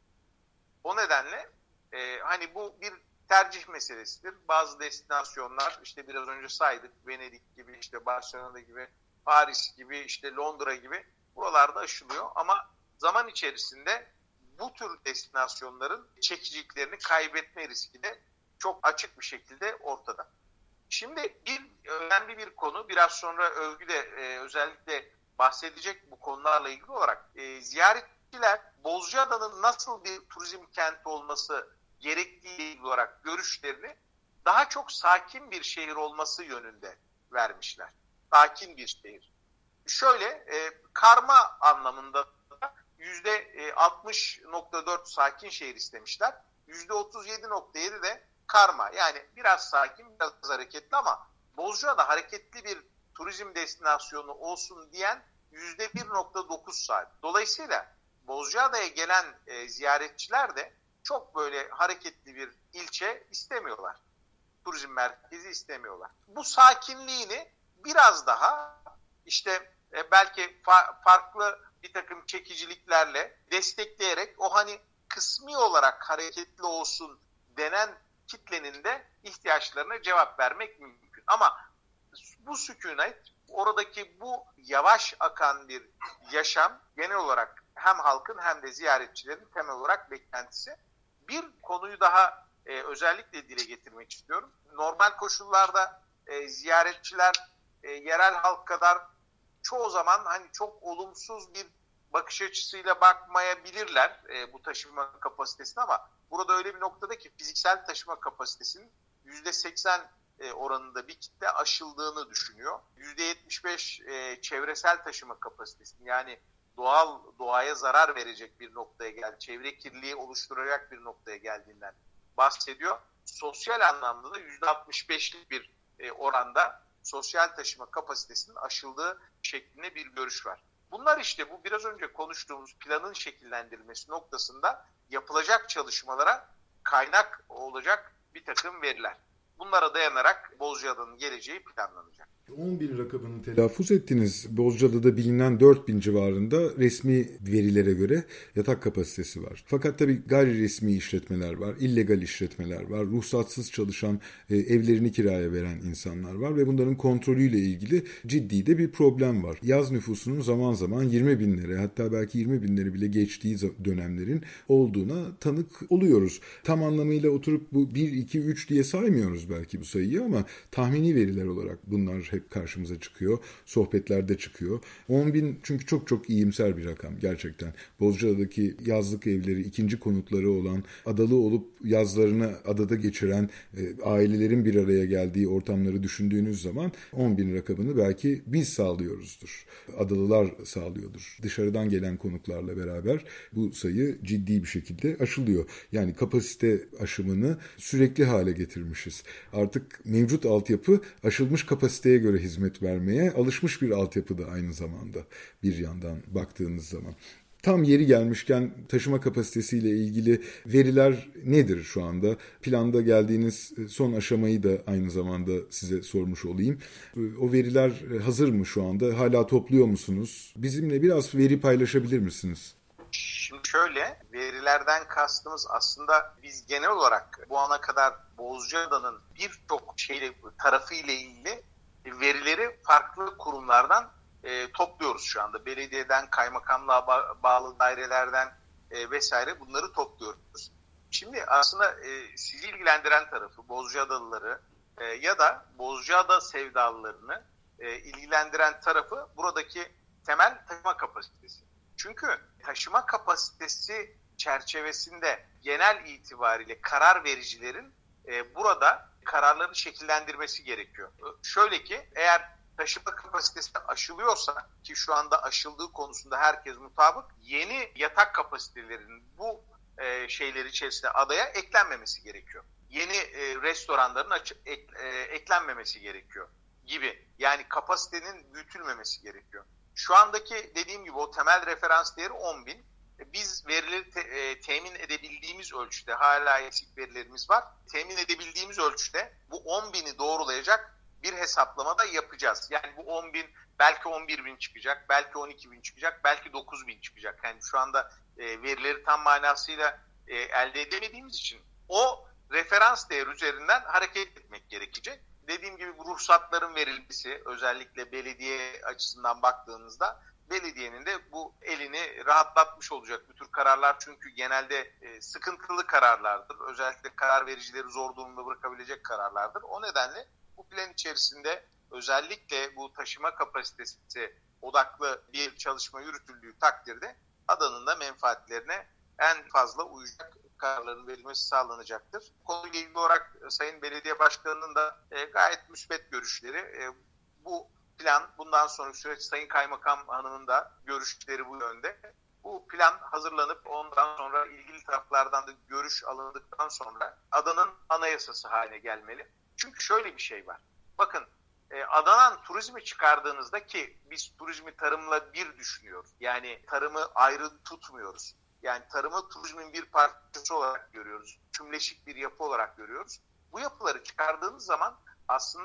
O nedenle hani bu bir tercih meselesidir. Bazı destinasyonlar, işte biraz önce saydık, Venedik gibi, işte Barcelona gibi, Paris gibi, işte Londra gibi, buralarda aşılıyor. Ama zaman içerisinde bu tür destinasyonların çekiciliklerini kaybetme riski de çok açık bir şekilde ortada. Şimdi önemli bir konu, biraz sonra Övgü de özellikle bahsedecek bu konularla ilgili olarak. Ziyaretçiler Bozcaada'nın nasıl bir turizm kenti olması gerektiği ilgili olarak görüşlerini daha çok sakin bir şehir olması yönünde vermişler. Sakin bir şehir. Şöyle karma anlamında %60.4 sakin şehir istemişler. %37.7 de karma. Yani biraz sakin, biraz hareketli, ama Bozcaada hareketli bir turizm destinasyonu olsun diyen %1.9 saat. Dolayısıyla Bozcaada'ya gelen ziyaretçiler de çok böyle hareketli bir ilçe istemiyorlar. Turizm merkezi istemiyorlar. Bu sakinliğini biraz daha işte belki farklı bir takım çekiciliklerle destekleyerek o hani kısmi olarak hareketli olsun denen kitlenin de ihtiyaçlarına cevap vermek mümkün. Ama bu sükunet, oradaki bu yavaş akan bir yaşam genel olarak hem halkın hem de ziyaretçilerin temel olarak beklentisi. Bir konuyu daha özellikle dile getirmek istiyorum. Normal koşullarda ziyaretçiler yerel halk kadar çoğu zaman hani çok olumsuz bir bakış açısıyla bakmayabilirler bu taşıma kapasitesine, ama burada öyle bir noktada ki fiziksel taşıma kapasitesinin %80 oranında bir kitle aşıldığını düşünüyor. %75 çevresel taşıma kapasitesinin, yani doğaya zarar verecek bir noktaya çevre kirliliği oluşturacak bir noktaya geldiğinden bahsediyor. Sosyal anlamda da %65'lik bir oranda sosyal taşıma kapasitesinin aşıldığı şeklinde bir görüş var. Bunlar işte bu biraz önce konuştuğumuz planın şekillendirilmesi noktasında yapılacak çalışmalara kaynak olacak bir takım veriler. Bunlara dayanarak Bozcaada'nın geleceği planlanacak. 10.000 rakamını telaffuz ettiniz. Bozcaada'da bilinen 4.000 civarında resmi verilere göre yatak kapasitesi var. Fakat tabii gayri resmi işletmeler var, illegal işletmeler var, ruhsatsız çalışan, evlerini kiraya veren insanlar var ve bunların kontrolüyle ilgili ciddi de bir problem var. Yaz nüfusunun zaman zaman 20.000'lere, hatta belki 20.000'leri bile geçtiği dönemlerin olduğuna tanık oluyoruz. Tam anlamıyla oturup bu 1, 2, 3 diye saymıyoruz belki bu sayıyı, ama tahmini veriler olarak bunlar hep karşımıza çıkıyor. Sohbetlerde çıkıyor. 10.000 çünkü çok çok iyimser bir rakam gerçekten. Bozcaada'daki yazlık evleri, ikinci konutları olan, adalı olup yazlarını adada geçiren ailelerin bir araya geldiği ortamları düşündüğünüz zaman 10.000 rakamını belki biz sağlıyoruzdur. Adalılar sağlıyordur. Dışarıdan gelen konuklarla beraber bu sayı ciddi bir şekilde aşılıyor. Yani kapasite aşımını sürekli hale getirmişiz. Artık mevcut altyapı aşılmış kapasiteye göre hizmet vermeye alışmış bir altyapı da aynı zamanda bir yandan baktığınız zaman. Tam yeri gelmişken taşıma kapasitesiyle ilgili veriler nedir şu anda? Planda geldiğiniz son aşamayı da aynı zamanda size sormuş olayım. O veriler hazır mı şu anda? Hala topluyor musunuz? Bizimle biraz veri paylaşabilir misiniz? Şimdi şöyle, verilerden kastımız aslında biz genel olarak bu ana kadar Bozcaada'nın birçok tarafı ile ilgili verileri farklı kurumlardan topluyoruz şu anda. Belediyeden, kaymakamlığa bağlı dairelerden vesaire bunları topluyoruz. Şimdi aslında sizi ilgilendiren tarafı Bozcaadalıları ya da Bozcaada sevdalılarını ilgilendiren tarafı buradaki temel taşıma kapasitesi. Çünkü taşıma kapasitesi çerçevesinde genel itibariyle karar vericilerin burada kararlarını şekillendirmesi gerekiyor. Şöyle ki, eğer taşıma kapasitesi aşılıyorsa, ki şu anda aşıldığı konusunda herkes mutabık, yeni yatak kapasitelerinin bu şeyler içerisinde adaya eklenmemesi gerekiyor. Yeni restoranların eklenmemesi gerekiyor gibi. Yani kapasitenin büyütülmemesi gerekiyor. Şu andaki dediğim gibi o temel referans değeri 10.000. Biz verileri temin edebildiğimiz ölçüde, hala eksik verilerimiz var, temin edebildiğimiz ölçüde bu 10.000'i doğrulayacak bir hesaplama da yapacağız. Yani bu 10.000 belki 11.000 çıkacak, belki 12.000 çıkacak, belki 9.000 çıkacak. Yani şu anda verileri tam manasıyla elde edemediğimiz için o referans değer üzerinden hareket etmek gerekecek. Dediğim gibi bu ruhsatların verilmesi, özellikle belediye açısından baktığınızda, belediyenin de bu elini rahatlatmış olacak bu tür kararlar, çünkü genelde sıkıntılı kararlardır. Özellikle karar vericileri zor durumda bırakabilecek kararlardır. O nedenle bu plan içerisinde özellikle bu taşıma kapasitesi odaklı bir çalışma yürütüldüğü takdirde adanın da menfaatlerine en fazla uyacak kararların verilmesi sağlanacaktır. Konuyla ilgili olarak Sayın Belediye Başkanı'nın da gayet müsbet görüşleri, bu plan, bundan sonraki süreç Sayın Kaymakam Hanım'ın da görüşleri bu yönde. Bu plan hazırlanıp ondan sonra ilgili taraflardan da görüş alındıktan sonra adanın anayasası haline gelmeli. Çünkü şöyle bir şey var. Bakın, adadan turizmi çıkardığınızda, ki biz turizmi tarımla bir düşünüyoruz. Yani tarımı ayrı tutmuyoruz. Yani tarımı turizmin bir parçası olarak görüyoruz. Tümleşik bir yapı olarak görüyoruz. Bu yapıları çıkardığınız zaman aslında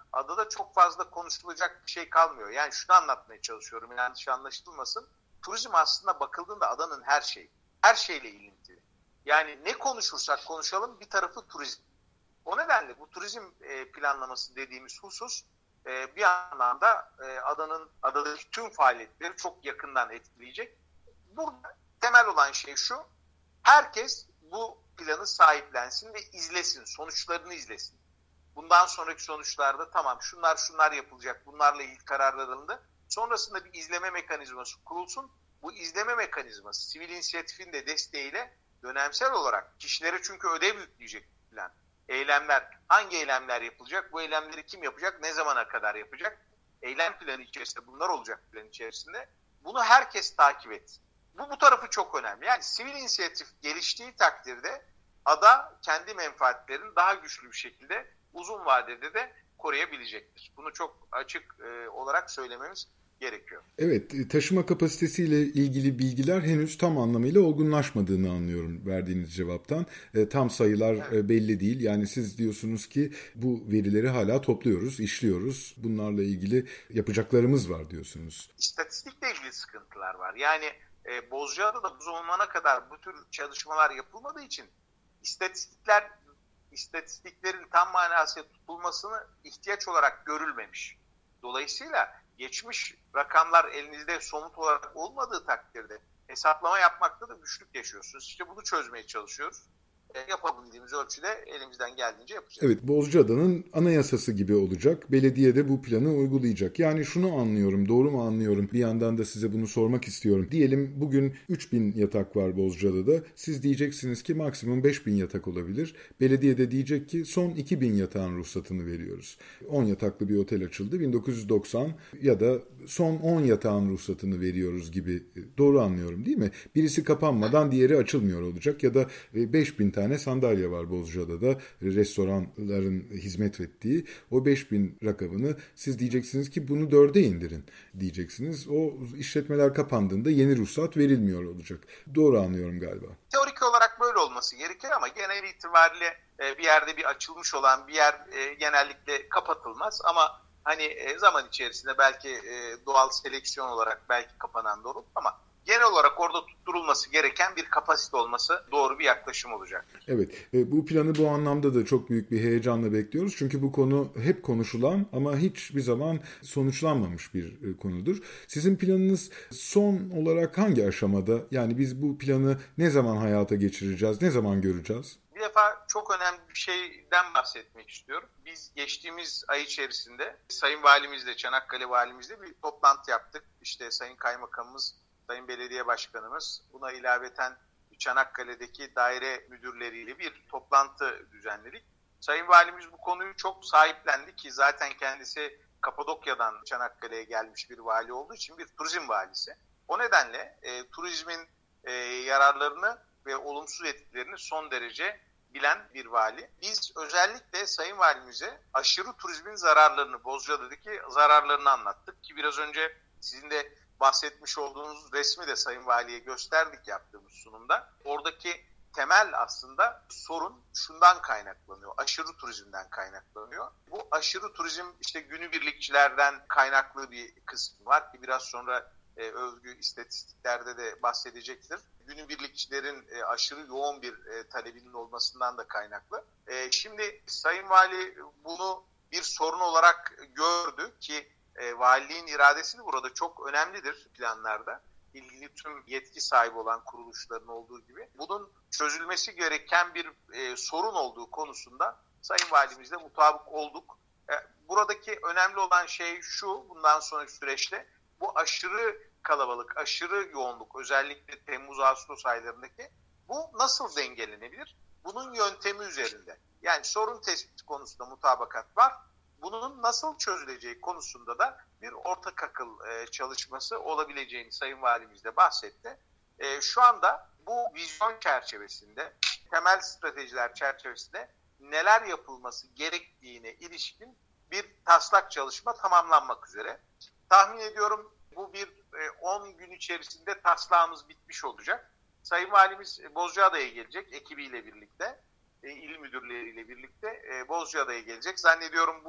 adada çok fazla konuşulacak bir şey kalmıyor. Yani şunu anlatmaya çalışıyorum, yanlış anlaşılmasın. Turizm aslında bakıldığında adanın her şeyle ilintili. Yani ne konuşursak konuşalım bir tarafı turizm. O nedenle bu turizm planlaması dediğimiz husus bir anlamda adadaki tüm faaliyetleri çok yakından etkileyecek. Burada temel olan şey şu: herkes bu planı sahiplensin ve izlesin, sonuçlarını izlesin. Bundan sonraki sonuçlarda tamam şunlar yapılacak, bunlarla ilgili kararlar alındı. Sonrasında bir izleme mekanizması kurulsun. Bu izleme mekanizması sivil inisiyatifin de desteğiyle dönemsel olarak kişilere, çünkü ödev yükleyecek plan. Hangi eylemler yapılacak, bu eylemleri kim yapacak, ne zamana kadar yapacak? Eylem planı içerisinde bunlar olacak, plan içerisinde. Bunu herkes takip etsin. Bu tarafı çok önemli. Yani sivil inisiyatif geliştiği takdirde ada kendi menfaatlerini daha güçlü bir şekilde uzun vadede de koruyabilecektir. Bunu çok açık olarak söylememiz gerekiyor. Evet, taşıma kapasitesiyle ilgili bilgiler henüz tam anlamıyla olgunlaşmadığını anlıyorum verdiğiniz cevaptan. Tam sayılar belli değil. Yani siz diyorsunuz ki bu verileri hala topluyoruz, işliyoruz. Bunlarla ilgili yapacaklarımız var diyorsunuz. İstatistikle ilgili sıkıntılar var. Yani Bozcaada'da bu zamana kadar bu tür çalışmalar yapılmadığı için istatistiklerin tam manasıyla tutulmasını ihtiyaç olarak görülmemiş. Dolayısıyla geçmiş rakamlar elinizde somut olarak olmadığı takdirde hesaplama yapmakta da güçlük yaşıyorsunuz. İşte bunu çözmeye çalışıyoruz. Yapabildiğimiz ölçüde elimizden geldiğince yapacağız. Evet, Bozcaada'nın anayasası gibi olacak. Belediye de bu planı uygulayacak. Yani şunu anlıyorum, doğru mu anlıyorum? Bir yandan da size bunu sormak istiyorum. Diyelim bugün 3000 yatak var Bozcaada'da. Siz diyeceksiniz ki maksimum 5000 yatak olabilir. Belediye de diyecek ki son 2000 yatağın ruhsatını veriyoruz. 10 yataklı bir otel açıldı 1990 ya da son 10 yatağın ruhsatını veriyoruz gibi. Doğru anlıyorum değil mi? Birisi kapanmadan diğeri açılmıyor olacak ya da 5000 tane sandalye var Bozcaada'da restoranların hizmet ettiği. O 5000 rakamını siz diyeceksiniz ki bunu 4'e indirin diyeceksiniz. O işletmeler kapandığında yeni ruhsat verilmiyor olacak. Doğru anlıyorum galiba. Teorik olarak böyle olması gerekir ama genel itibariyle bir yerde bir açılmış olan bir yer genellikle kapatılmaz ama zaman içerisinde belki doğal seleksiyon olarak belki kapanan da olur ama genel olarak orada tutturulması gereken bir kapasite olması doğru bir yaklaşım olacaktır. Evet, bu planı bu anlamda da çok büyük bir heyecanla bekliyoruz. Çünkü bu konu hep konuşulan ama hiçbir zaman sonuçlanmamış bir konudur. Sizin planınız son olarak hangi aşamada? Yani biz bu planı ne zaman hayata geçireceğiz, ne zaman göreceğiz? Bir defa çok önemli bir şeyden bahsetmek istiyorum. Biz geçtiğimiz ay içerisinde Sayın Valimizle, Çanakkale Valimizle bir toplantı yaptık. İşte Sayın Kaymakamımız, Sayın Belediye Başkanımız, buna ilaveten Çanakkale'deki daire müdürleriyle bir toplantı düzenledik. Sayın Valimiz bu konuyu çok sahiplendi ki zaten kendisi Kapadokya'dan Çanakkale'ye gelmiş bir vali olduğu için bir turizm valisi. O nedenle turizmin yararlarını ve olumsuz etkilerini son derece bilen bir vali. Biz özellikle Sayın Valimize aşırı turizmin zararlarını, Bozcaada'daki zararlarını anlattık ki biraz önce sizin de bahsetmiş olduğunuz resmi de Sayın Vali'ye gösterdik yaptığımız sunumda. Oradaki temel aslında sorun şundan kaynaklanıyor. Aşırı turizmden kaynaklanıyor. Bu aşırı turizm işte günübirlikçilerden kaynaklı bir kısmı var ki biraz sonra Övgü istatistiklerde de bahsedecektir. Günübirlikçilerin aşırı yoğun bir talebinin olmasından da kaynaklı. Şimdi Sayın Vali bunu bir sorun olarak gördü ki valiliğin iradesi de burada çok önemlidir planlarda. İlgili tüm yetki sahibi olan kuruluşların olduğu gibi. Bunun çözülmesi gereken bir sorun olduğu konusunda Sayın Valimizle mutabık olduk. Buradaki önemli olan şey şu, bundan sonraki süreçte bu aşırı kalabalık, aşırı yoğunluk, özellikle Temmuz-Ağustos aylarındaki bu nasıl dengelenebilir? Bunun yöntemi üzerinde. Yani sorun tespiti konusunda mutabakat var. Bunun nasıl çözüleceği konusunda da bir ortak akıl çalışması olabileceğini Sayın Valimiz de bahsetti. Şu anda bu vizyon çerçevesinde, temel stratejiler çerçevesinde neler yapılması gerektiğine ilişkin bir taslak çalışma tamamlanmak üzere. Tahmin ediyorum bu bir 10 gün içerisinde taslağımız bitmiş olacak. Sayın Valimiz Bozcaada'ya gelecek ekibiyle birlikte, il müdürleriyle birlikte Bozcaada'ya gelecek. Zannediyorum bu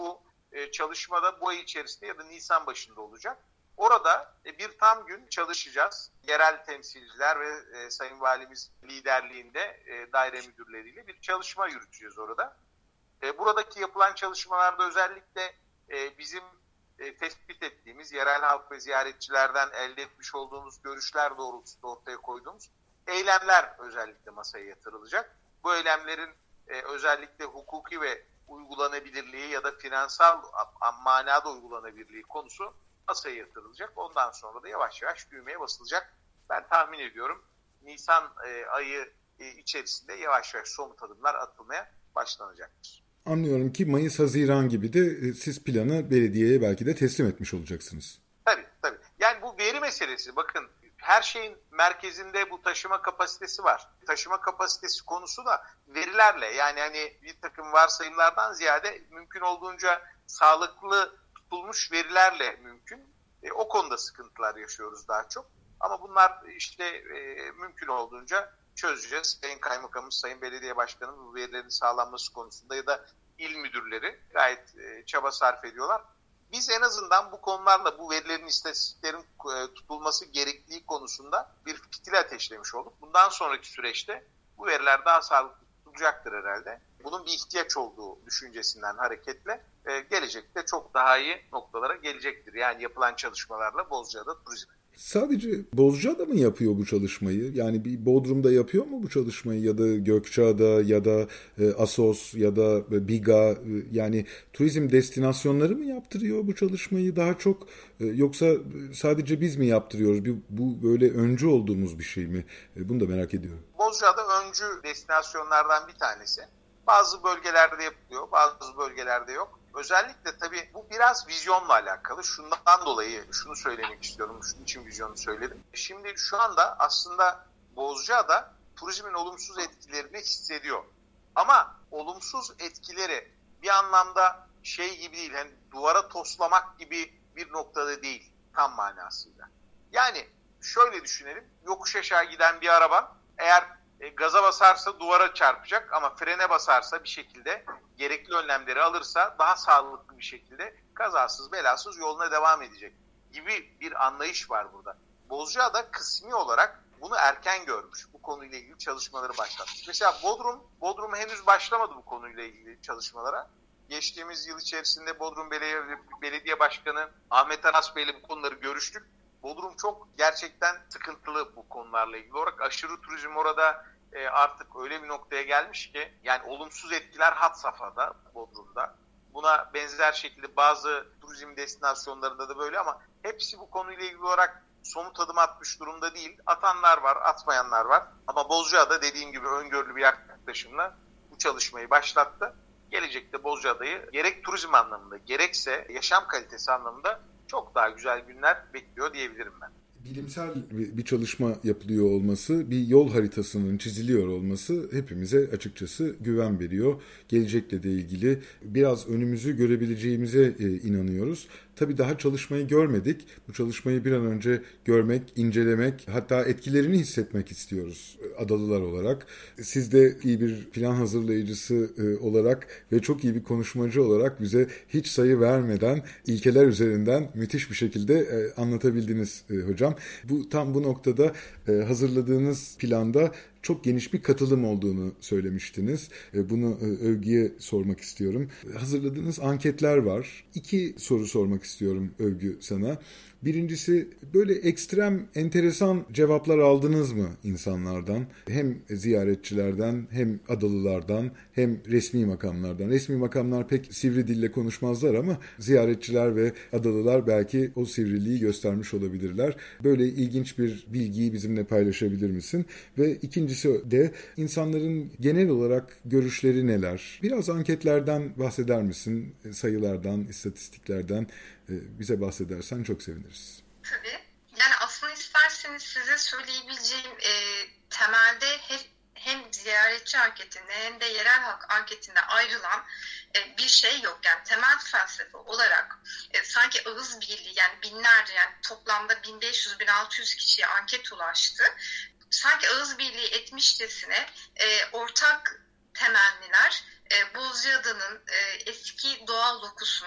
çalışmada bu ay içerisinde ya da Nisan başında olacak. Orada bir tam gün çalışacağız. Yerel temsilciler ve Sayın Valimiz liderliğinde daire müdürleriyle bir çalışma yürüteceğiz orada. Buradaki yapılan çalışmalarda özellikle bizim tespit ettiğimiz yerel halk ve ziyaretçilerden elde etmiş olduğumuz görüşler doğrultusunda ortaya koyduğumuz eylemler özellikle masaya yatırılacak. Bu eylemlerin özellikle hukuki ve uygulanabilirliği ya da finansal manada uygulanabilirliği konusu masaya yatırılacak. Ondan sonra da yavaş yavaş düğmeye basılacak. Ben tahmin ediyorum Nisan ayı içerisinde yavaş yavaş somut adımlar atılmaya başlanacaktır. Anlıyorum ki Mayıs-Haziran gibi de siz planı belediyeye belki de teslim etmiş olacaksınız. Tabii. Yani bu veri meselesi. Bakın her şeyin merkezinde bu taşıma kapasitesi var. Taşıma kapasitesi konusu da verilerle, yani hani bir takım varsayımlardan ziyade mümkün olduğunca sağlıklı tutulmuş verilerle mümkün. O konuda sıkıntılar yaşıyoruz daha çok. Ama bunlar işte mümkün olduğunca çözeceğiz. Sayın Kaymakamımız, Sayın Belediye Başkanımız bu verilerin sağlanması konusunda ya da il müdürleri gayet çaba sarf ediyorlar. Biz en azından bu konularla, bu verilerin, istatistiklerin tutulması gerektiği konusunda bir fitil ateşlemiş olduk. Bundan sonraki süreçte bu veriler daha sağlıklı tutulacaktır herhalde. Bunun bir ihtiyaç olduğu düşüncesinden hareketle gelecekte çok daha iyi noktalara gelecektir. Yani yapılan çalışmalarla Bozcaada turizm. Sadece Bozcaada mı yapıyor bu çalışmayı? Yani bir Bodrum'da yapıyor mu bu çalışmayı, ya da Gökçeada ya da Assos ya da Biga, yani turizm destinasyonları mı yaptırıyor bu çalışmayı daha çok, yoksa sadece biz mi yaptırıyoruz? Bu böyle öncü olduğumuz bir şey mi? Bunu da merak ediyorum. Bozcaada öncü destinasyonlardan bir tanesi. Bazı bölgelerde yapılıyor, bazı bölgelerde yok. Özellikle tabii bu biraz vizyonla alakalı. Şundan dolayı şunu söylemek istiyorum. Şunun için vizyonu söyledim. Şimdi şu anda aslında Bozcaada turizmin olumsuz etkilerini hissediyor. Ama olumsuz etkileri bir anlamda şey gibi değil. Yani duvara toslamak gibi bir noktada değil tam manasıyla. Yani şöyle düşünelim. Yokuş aşağı giden bir araba eğer gaza basarsa duvara çarpacak ama frene basarsa bir şekilde gerekli önlemleri alırsa daha sağlıklı bir şekilde kazasız belasız yoluna devam edecek gibi bir anlayış var burada. Bozcaada kısmi olarak bunu erken görmüş. Bu konuyla ilgili çalışmaları başlatmış. Mesela Bodrum henüz başlamadı bu konuyla ilgili çalışmalara. Geçtiğimiz yıl içerisinde Bodrum Belediye Başkanı Ahmet Aras Bey'le bu konuları görüştük. Bodrum çok gerçekten sıkıntılı bu konularla ilgili olarak. Aşırı turizm orada artık öyle bir noktaya gelmiş ki, yani olumsuz etkiler had safhada Bodrum'da. Buna benzer şekilde bazı turizm destinasyonlarında da böyle, ama hepsi bu konuyla ilgili olarak somut adım atmış durumda değil. Atanlar var, atmayanlar var. Ama Bozcaada dediğim gibi öngörülü bir yaklaşımla bu çalışmayı başlattı. Gelecekte Bozcaada'yı gerek turizm anlamında gerekse yaşam kalitesi anlamında çok daha güzel günler bekliyor diyebilirim ben. Bilimsel bir çalışma yapılıyor olması, bir yol haritasının çiziliyor olması hepimize açıkçası güven veriyor. Gelecekle de ilgili biraz önümüzü görebileceğimize inanıyoruz. Tabii daha çalışmayı görmedik. Bu çalışmayı bir an önce görmek, incelemek, hatta etkilerini hissetmek istiyoruz adalılar olarak. Siz de iyi bir plan hazırlayıcısı olarak ve çok iyi bir konuşmacı olarak bize hiç sayı vermeden ilkeler üzerinden müthiş bir şekilde anlatabildiniz hocam. Tam bu noktada hazırladığınız planda çok geniş bir katılım olduğunu söylemiştiniz. Bunu Övgü'ye sormak istiyorum. Hazırladığınız anketler var. 2 soru sormak istiyorum Övgü sana. Birincisi, böyle ekstrem, enteresan cevaplar aldınız mı insanlardan? Hem ziyaretçilerden, hem adalılardan, hem resmi makamlardan. Resmi makamlar pek sivri dille konuşmazlar ama ziyaretçiler ve adalılar belki o sivriliği göstermiş olabilirler. Böyle ilginç bir bilgiyi bizimle paylaşabilir misin? Ve ikincisi de insanların genel olarak görüşleri neler? Biraz anketlerden bahseder misin? Sayılardan, istatistiklerden bize bahsedersen çok seviniriz. Tabii. Yani aslında isterseniz size söyleyebileceğim temelde hem ziyaretçi anketinde hem de yerel halk anketinde ayrılan bir şey yok. Yani temel felsefe olarak sanki ağız birliği, yani binlerce, yani toplamda 1500-1600 kişiye anket ulaştı. Sanki ağız birliği etmişçesine ortak temenniler Bozcaada'nın eski doğal dokusuna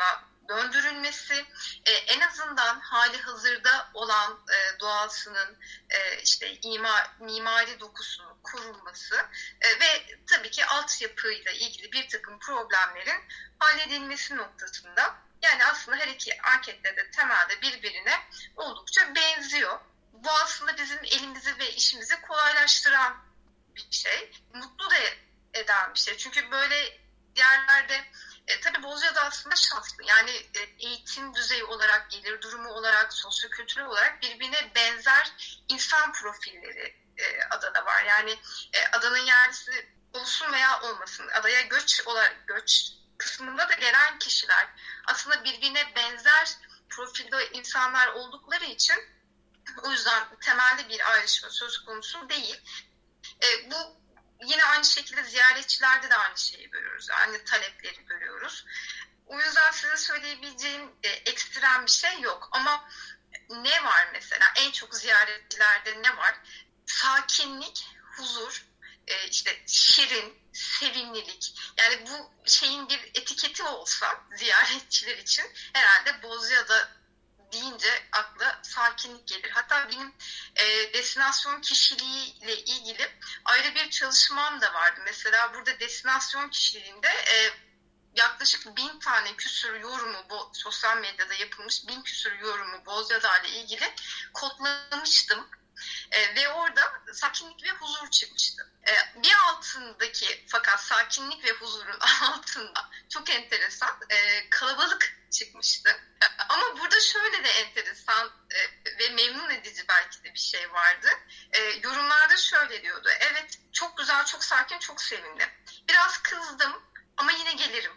döndürülmesi, en azından hali hazırda olan doğasının işte mimari dokusunun korunması ve tabii ki altyapıyla ilgili bir takım problemlerin halledilmesi noktasında, yani aslında her iki ankette de temelde birbirine oldukça benziyor. Bu aslında bizim elimizi ve işimizi kolaylaştıran bir şey, mutlu da eden bir şey. Çünkü böyle yerlerde tabii Bozcaada aslında şanslı. Yani eğitim düzeyi olarak, gelir durumu olarak, sosyokültürel olarak birbirine benzer insan profilleri adada var. Yani adanın yerlisi olsun veya olmasın, adaya göç kısmında da gelen kişiler aslında birbirine benzer profilde insanlar oldukları için o yüzden temelde bir ayrışma söz konusu değil. Bu yine aynı şekilde ziyaretçilerde de aynı şeyi görüyoruz. Aynı talepleri görüyoruz. O yüzden size söyleyebileceğim ekstrem bir şey yok. Ama ne var mesela? En çok ziyaretçilerde ne var? Sakinlik, huzur, işte şirin, sevimlilik. Yani bu şeyin bir etiketi olsa ziyaretçiler için herhalde Bozcaada deyince akla sakinlik gelir. Hatta benim destinasyon kişiliğiyle ilgili ayrı bir çalışmam da vardı. Mesela burada destinasyon kişiliğinde yaklaşık 1000 tane küsur yorumu, bu sosyal medyada yapılmış 1000 küsur yorumu Bozcaada ile ilgili kodlamıştım. Ve orada sakinlik ve huzur çıkmıştı. Bir altındaki, fakat sakinlik ve huzurun altında çok enteresan kalabalık çıkmıştı. Ama burada şöyle de enteresan ve memnun edici belki de bir şey vardı. Yorumlarda şöyle diyordu: evet, çok güzel, çok sakin, çok sevindim. Biraz kızdım ama yine gelirim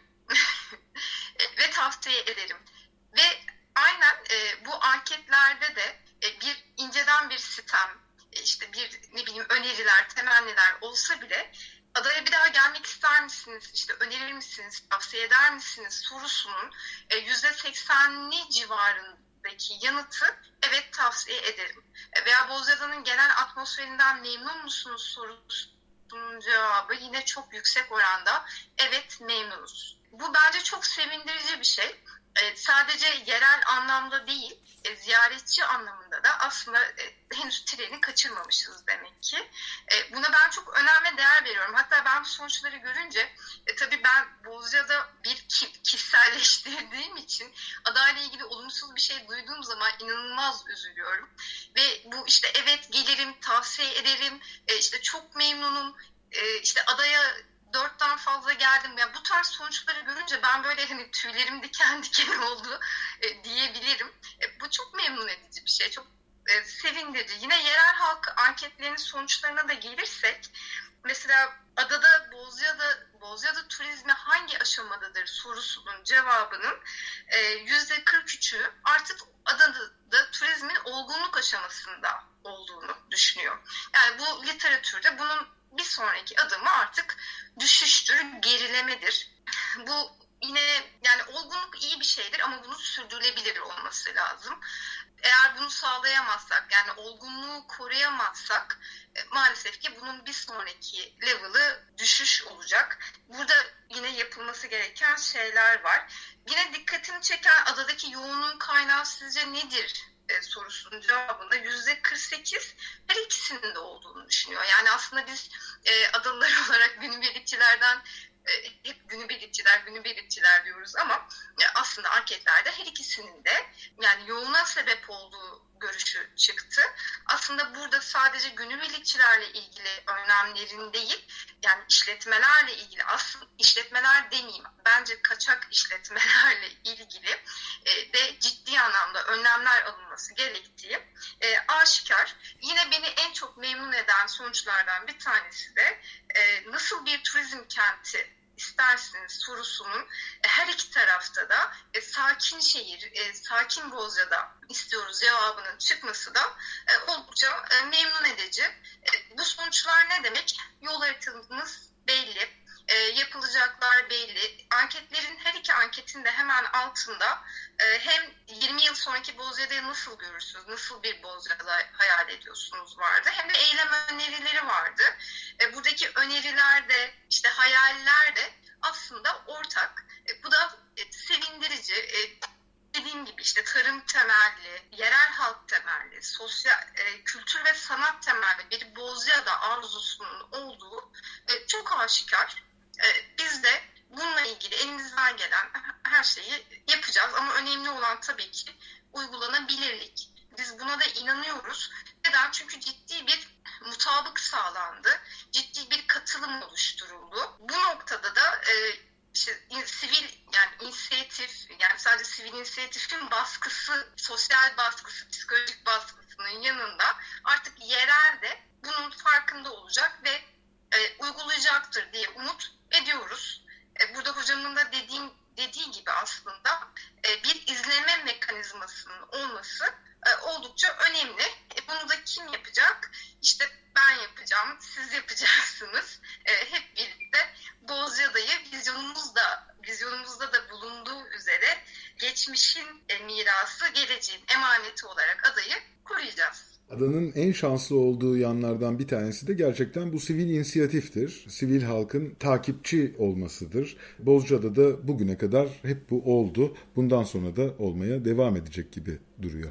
ve tavsiye ederim. Ve aynen bu anketlerde de bir inceden bir sitem, işte bir öneriler, temenniler olsa bile adaya bir daha gelmek ister misiniz, işte önerir misiniz, tavsiye eder misiniz sorusunun %80'li civarındaki yanıtı evet, tavsiye ederim. Veya Bozcaada'nın genel atmosferinden memnun musunuz sorusunun cevabı yine çok yüksek oranda evet, memnunuz. Bu bence çok sevindirici bir şey. Sadece yerel anlamda değil, ziyaretçi anlamında da aslında henüz treni kaçırmamışız demek ki. Buna ben çok önem ve değer veriyorum. Hatta ben bu sonuçları görünce tabii ben Bozcaada bir kişiselleştirdiğim için adayla ilgili olumsuz bir şey duyduğum zaman inanılmaz üzülüyorum. Ve bu işte evet, gelirim, tavsiye ederim, işte çok memnunum, işte adaya 4'ten fazla geldim. Yani bu tarz sonuçları görünce ben böyle hani tüylerim diken diken oldu diyebilirim. Bu çok memnun edici bir şey. Çok sevindirici. Yine yerel halk anketlerinin sonuçlarına da gelirsek, mesela adada Bozcaada turizmi hangi aşamadadır sorusunun cevabının %43'ü artık adada turizmin olgunluk aşamasında olduğunu düşünüyor. Yani bu literatürde bunun bir sonraki adımı artık düşüştür, gerilemedir. Bu yine, yani olgunluk iyi bir şeydir ama bunun sürdürülebilir olması lazım. Eğer bunu sağlayamazsak, yani olgunluğu koruyamazsak maalesef ki bunun bir sonraki level'ı düşüş olacak. Burada yine yapılması gereken şeyler var. Yine dikkatimi çeken adadaki yoğunluğun kaynağı sizce nedir sorusunun cevabında %48 her ikisinin de olduğunu düşünüyor. Yani aslında biz adalılar olarak günübirlikçilerden hep günübirlikçiler diyoruz ama aslında anketlerde her ikisinin de yani yoğuna sebep olduğu görüşü çıktı. Aslında burada sadece günübirlikçilerle ilgili önlemlerin değil, yani işletmelerle ilgili, aslında işletmeler demeyeyim, bence kaçak işletmelerle ilgili de ciddi anlamda önlemler alınması gerektiği aşikar. Yine beni en çok memnun eden sonuçlardan bir tanesi de nasıl bir turizm kenti istersiniz sorusunun her iki tarafta da sakin şehir, sakin Bozcaada istiyoruz cevabının çıkması da oldukça memnun edici. Bu sonuçlar ne demek? Yol haritamız belli. Yapılacaklar belli. Anketlerin her iki anketin de hemen altında hem 20 yıl sonraki Bozcaada'yı nasıl görürsünüz, nasıl bir Bozcaada hayal ediyorsunuz vardı. Hem de eylem önerileri vardı. Buradaki öneriler de işte hayaller de aslında ortak. Bu da sevindirici. Dediğim gibi işte tarım temelli, yerel halk temelli, sosyal, kültür ve sanat temelli bir Bozcaada arzusunun olduğu çok aşikar. Biz de bununla ilgili elimizden gelen her şeyi yapacağız ama önemli olan tabii ki uygulanabilirlik. Biz buna da inanıyoruz. Neden? Çünkü ciddi bir mutabık sağlandı, ciddi bir katılım oluşturuldu. Bu noktada da işte sivil yani inisiyatif, yani sadece sivil inisiyatifin baskısı, sosyal baskısı, psikolojik baskısının yanında artık yerel de bunun farkında olacak ve uygulayacaktır diye umut ediyoruz. Burada hocamın da dediği gibi aslında bir izleme mekanizmasının olması oldukça önemli. Bunu da kim yapacak? İşte ben yapacağım, siz yapacaksınız. Hep birlikte Bozcaada'yı vizyonumuzda da bulunduğu üzere geçmişin mirası, geleceğin emaneti olarak adayı koruyacağız. Adanın en şanslı olduğu yanlardan bir tanesi de gerçekten bu sivil inisiyatiftir. Sivil halkın takipçi olmasıdır. Bozcaada'da bugüne kadar hep bu oldu. Bundan sonra da olmaya devam edecek gibi duruyor.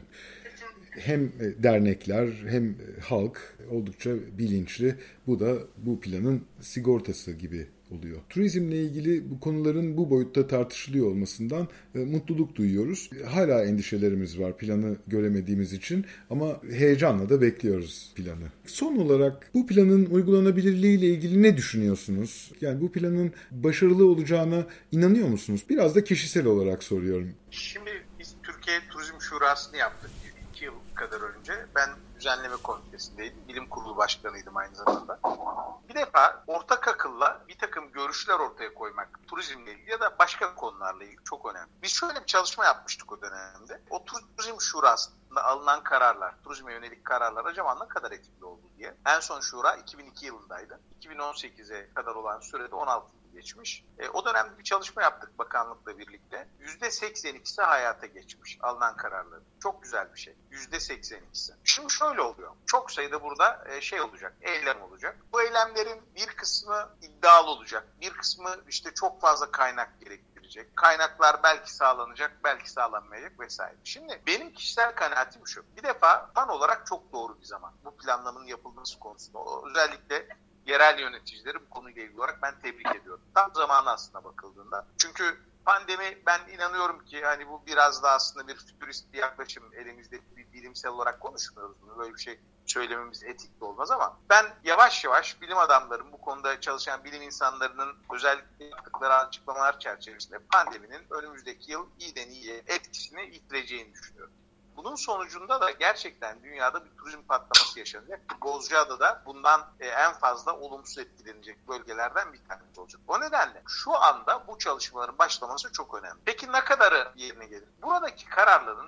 Hem dernekler hem halk oldukça bilinçli. Bu da bu planın sigortası gibi oluyor. Turizmle ilgili bu konuların bu boyutta tartışılıyor olmasından mutluluk duyuyoruz. Hala endişelerimiz var planı göremediğimiz için ama heyecanla da bekliyoruz planı. Son olarak bu planın uygulanabilirliği ile ilgili ne düşünüyorsunuz? Yani bu planın başarılı olacağına inanıyor musunuz? Biraz da kişisel olarak soruyorum. Şimdi biz Türkiye Turizm Şurası'nı yaptık. 2 yıl kadar önce ben düzenleme komitesindeydim. Bilim kurulu başkanıydım aynı zamanda. Bir defa ortak akılla bir takım görüşler ortaya koymak turizmle ilgili ya da başka konularla ilgili çok önemli. Biz şöyle bir çalışma yapmıştık o dönemde. O Turizm Şurası'nda alınan kararlar, turizme yönelik kararlar acaba ne kadar etkili oldu diye. En son şura 2002 yılındaydı. 2018'e kadar olan sürede 16 geçmiş. O dönemde bir çalışma yaptık bakanlıkla birlikte. %82'si hayata geçmiş alınan kararların. Çok güzel bir şey. %82'si. Şimdi şöyle oluyor. Çok sayıda burada olacak, eylem olacak. Bu eylemlerin bir kısmı iddialı olacak. Bir kısmı işte çok fazla kaynak gerektirecek. Kaynaklar belki sağlanacak, belki sağlanmayacak vesaire. Şimdi benim kişisel kanaatim şu. Bir defa plan olarak çok doğru bir zaman. Bu planlamanın yapılması konusunda. Özellikle yerel yöneticileri bu konuyla ilgili olarak ben tebrik ediyorum. Tam zamanı aslında bakıldığında. Çünkü pandemi, ben inanıyorum ki hani bu biraz da aslında bir fütürist bir yaklaşım. Elimizde bir bilimsel olarak konuşmuyoruz bunu. Böyle bir şey söylememiz etik de olmaz ama ben yavaş yavaş bilim adamlarının, bu konuda çalışan bilim insanlarının özellikle yaptıkları açıklamalar çerçevesinde pandeminin önümüzdeki yıl iyiden iyiye etkisini yitireceğini düşünüyorum. Bunun sonucunda da gerçekten dünyada bir turizm patlaması yaşanacak. Bozcaada'da bundan en fazla olumsuz etkilenecek bölgelerden bir tanesi olacak. O nedenle şu anda bu çalışmaların başlaması çok önemli. Peki ne kadarı yerine gelir? Buradaki kararların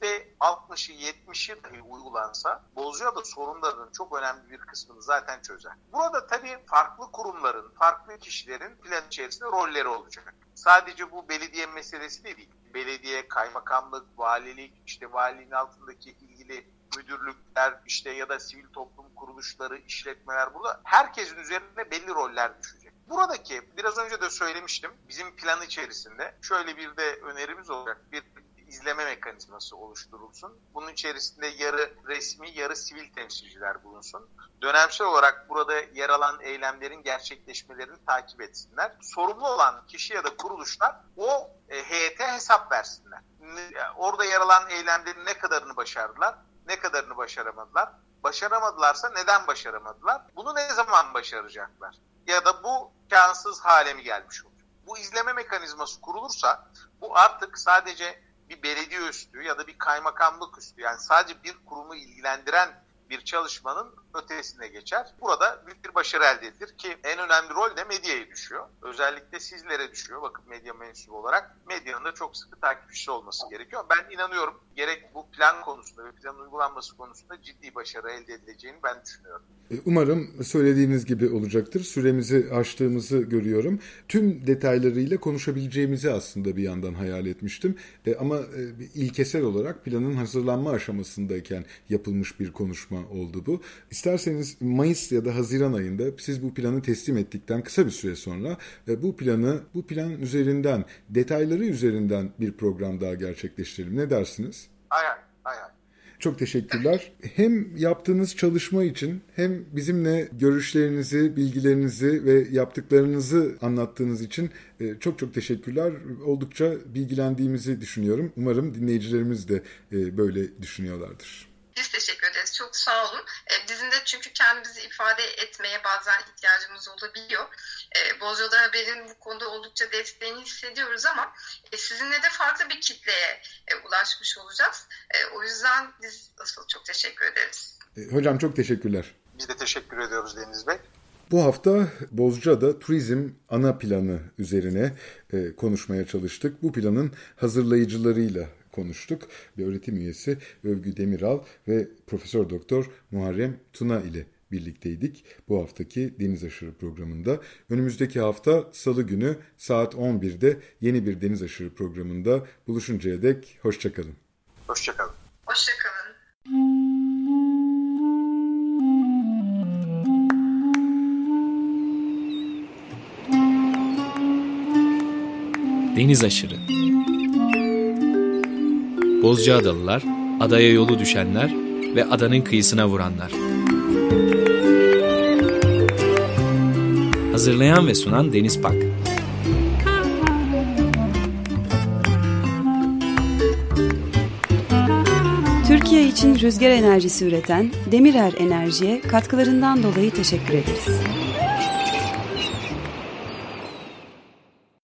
%60'ı 70'i dahi uygulansa Bozcaada sorunlarının çok önemli bir kısmını zaten çözer. Burada tabii farklı kurumların, farklı kişilerin plan içerisinde rolleri olacak. Sadece bu belediye meselesi de değil. Belediye, kaymakamlık, valilik, işte valiliğin altındaki ilgili müdürlükler, işte ya da sivil toplum kuruluşları, işletmeler, burada herkesin üzerine belli roller düşecek. Buradaki biraz önce de söylemiştim, bizim plan içerisinde şöyle bir de önerimiz olacak. Bir izleme mekanizması oluşturulsun. Bunun içerisinde yarı resmi, yarı sivil temsilciler bulunsun. Dönemsel olarak burada yer alan eylemlerin gerçekleşmelerini takip etsinler. Sorumlu olan kişi ya da kuruluşlar o heyete hesap versinler. Orada yer alan eylemlerin ne kadarını başardılar, ne kadarını başaramadılar. Başaramadılarsa neden başaramadılar? Bunu ne zaman başaracaklar? Ya da bu imkansız hale mi gelmiş olur? Bu izleme mekanizması kurulursa bu artık sadece bir belediye üstü ya da bir kaymakamlık üstü, yani sadece bir kurumu ilgilendiren bir çalışmanın ötesine geçer. Burada büyük bir başarı elde edilir ki en önemli rol de medyaya düşüyor. Özellikle sizlere düşüyor. Bakın medya mensubu olarak medyanın da çok sıkı takipçisi olması gerekiyor. Ben inanıyorum gerek bu plan konusunda ve planın uygulanması konusunda ciddi başarı elde edileceğini ben düşünüyorum. Umarım söylediğiniz gibi olacaktır. Süremizi aştığımızı görüyorum. Tüm detaylarıyla konuşabileceğimizi aslında bir yandan hayal etmiştim. Ama ilkesel olarak planın hazırlanma aşamasındayken yapılmış bir konuşma oldu bu. İsterseniz Mayıs ya da Haziran ayında siz bu planı teslim ettikten kısa bir süre sonra bu plan üzerinden, detayları üzerinden bir program daha gerçekleştirelim. Ne dersiniz? Hayır. Çok teşekkürler. Hem yaptığınız çalışma için hem bizimle görüşlerinizi, bilgilerinizi ve yaptıklarınızı anlattığınız için çok teşekkürler. Oldukça bilgilendiğimizi düşünüyorum. Umarım dinleyicilerimiz de böyle düşünüyorlardır. Biz teşekkür ederiz. Çok sağ olun. Bizim de çünkü kendimizi ifade etmeye bazen ihtiyacımız olabiliyor. Bozcaada Haber'in bu konuda oldukça desteğini hissediyoruz ama sizinle de farklı bir kitleye ulaşmış olacağız. O yüzden biz asıl çok teşekkür ederiz. Hocam çok teşekkürler. Biz de teşekkür ediyoruz Deniz Bey. Bu hafta Bozcaada turizm ana planı üzerine konuşmaya çalıştık. Bu planın hazırlayıcılarıyla konuştuk. Bir öğretim üyesi Övgü Demiral ve Profesör Doktor Muharrem Tuna ile birlikteydik bu haftaki Deniz Aşırı programında. Önümüzdeki hafta Salı günü saat 11'de yeni bir Deniz Aşırı programında buluşuncaya dek hoşçakalın. Hoşçakalın. Hoşçakalın. Deniz Aşırı. Bozcaadalılar, adaya yolu düşenler ve adanın kıyısına vuranlar. Hazırlayan ve sunan Deniz Pak. Türkiye için rüzgar enerjisi üreten Demirer Enerji'ye katkılarından dolayı teşekkür ederiz.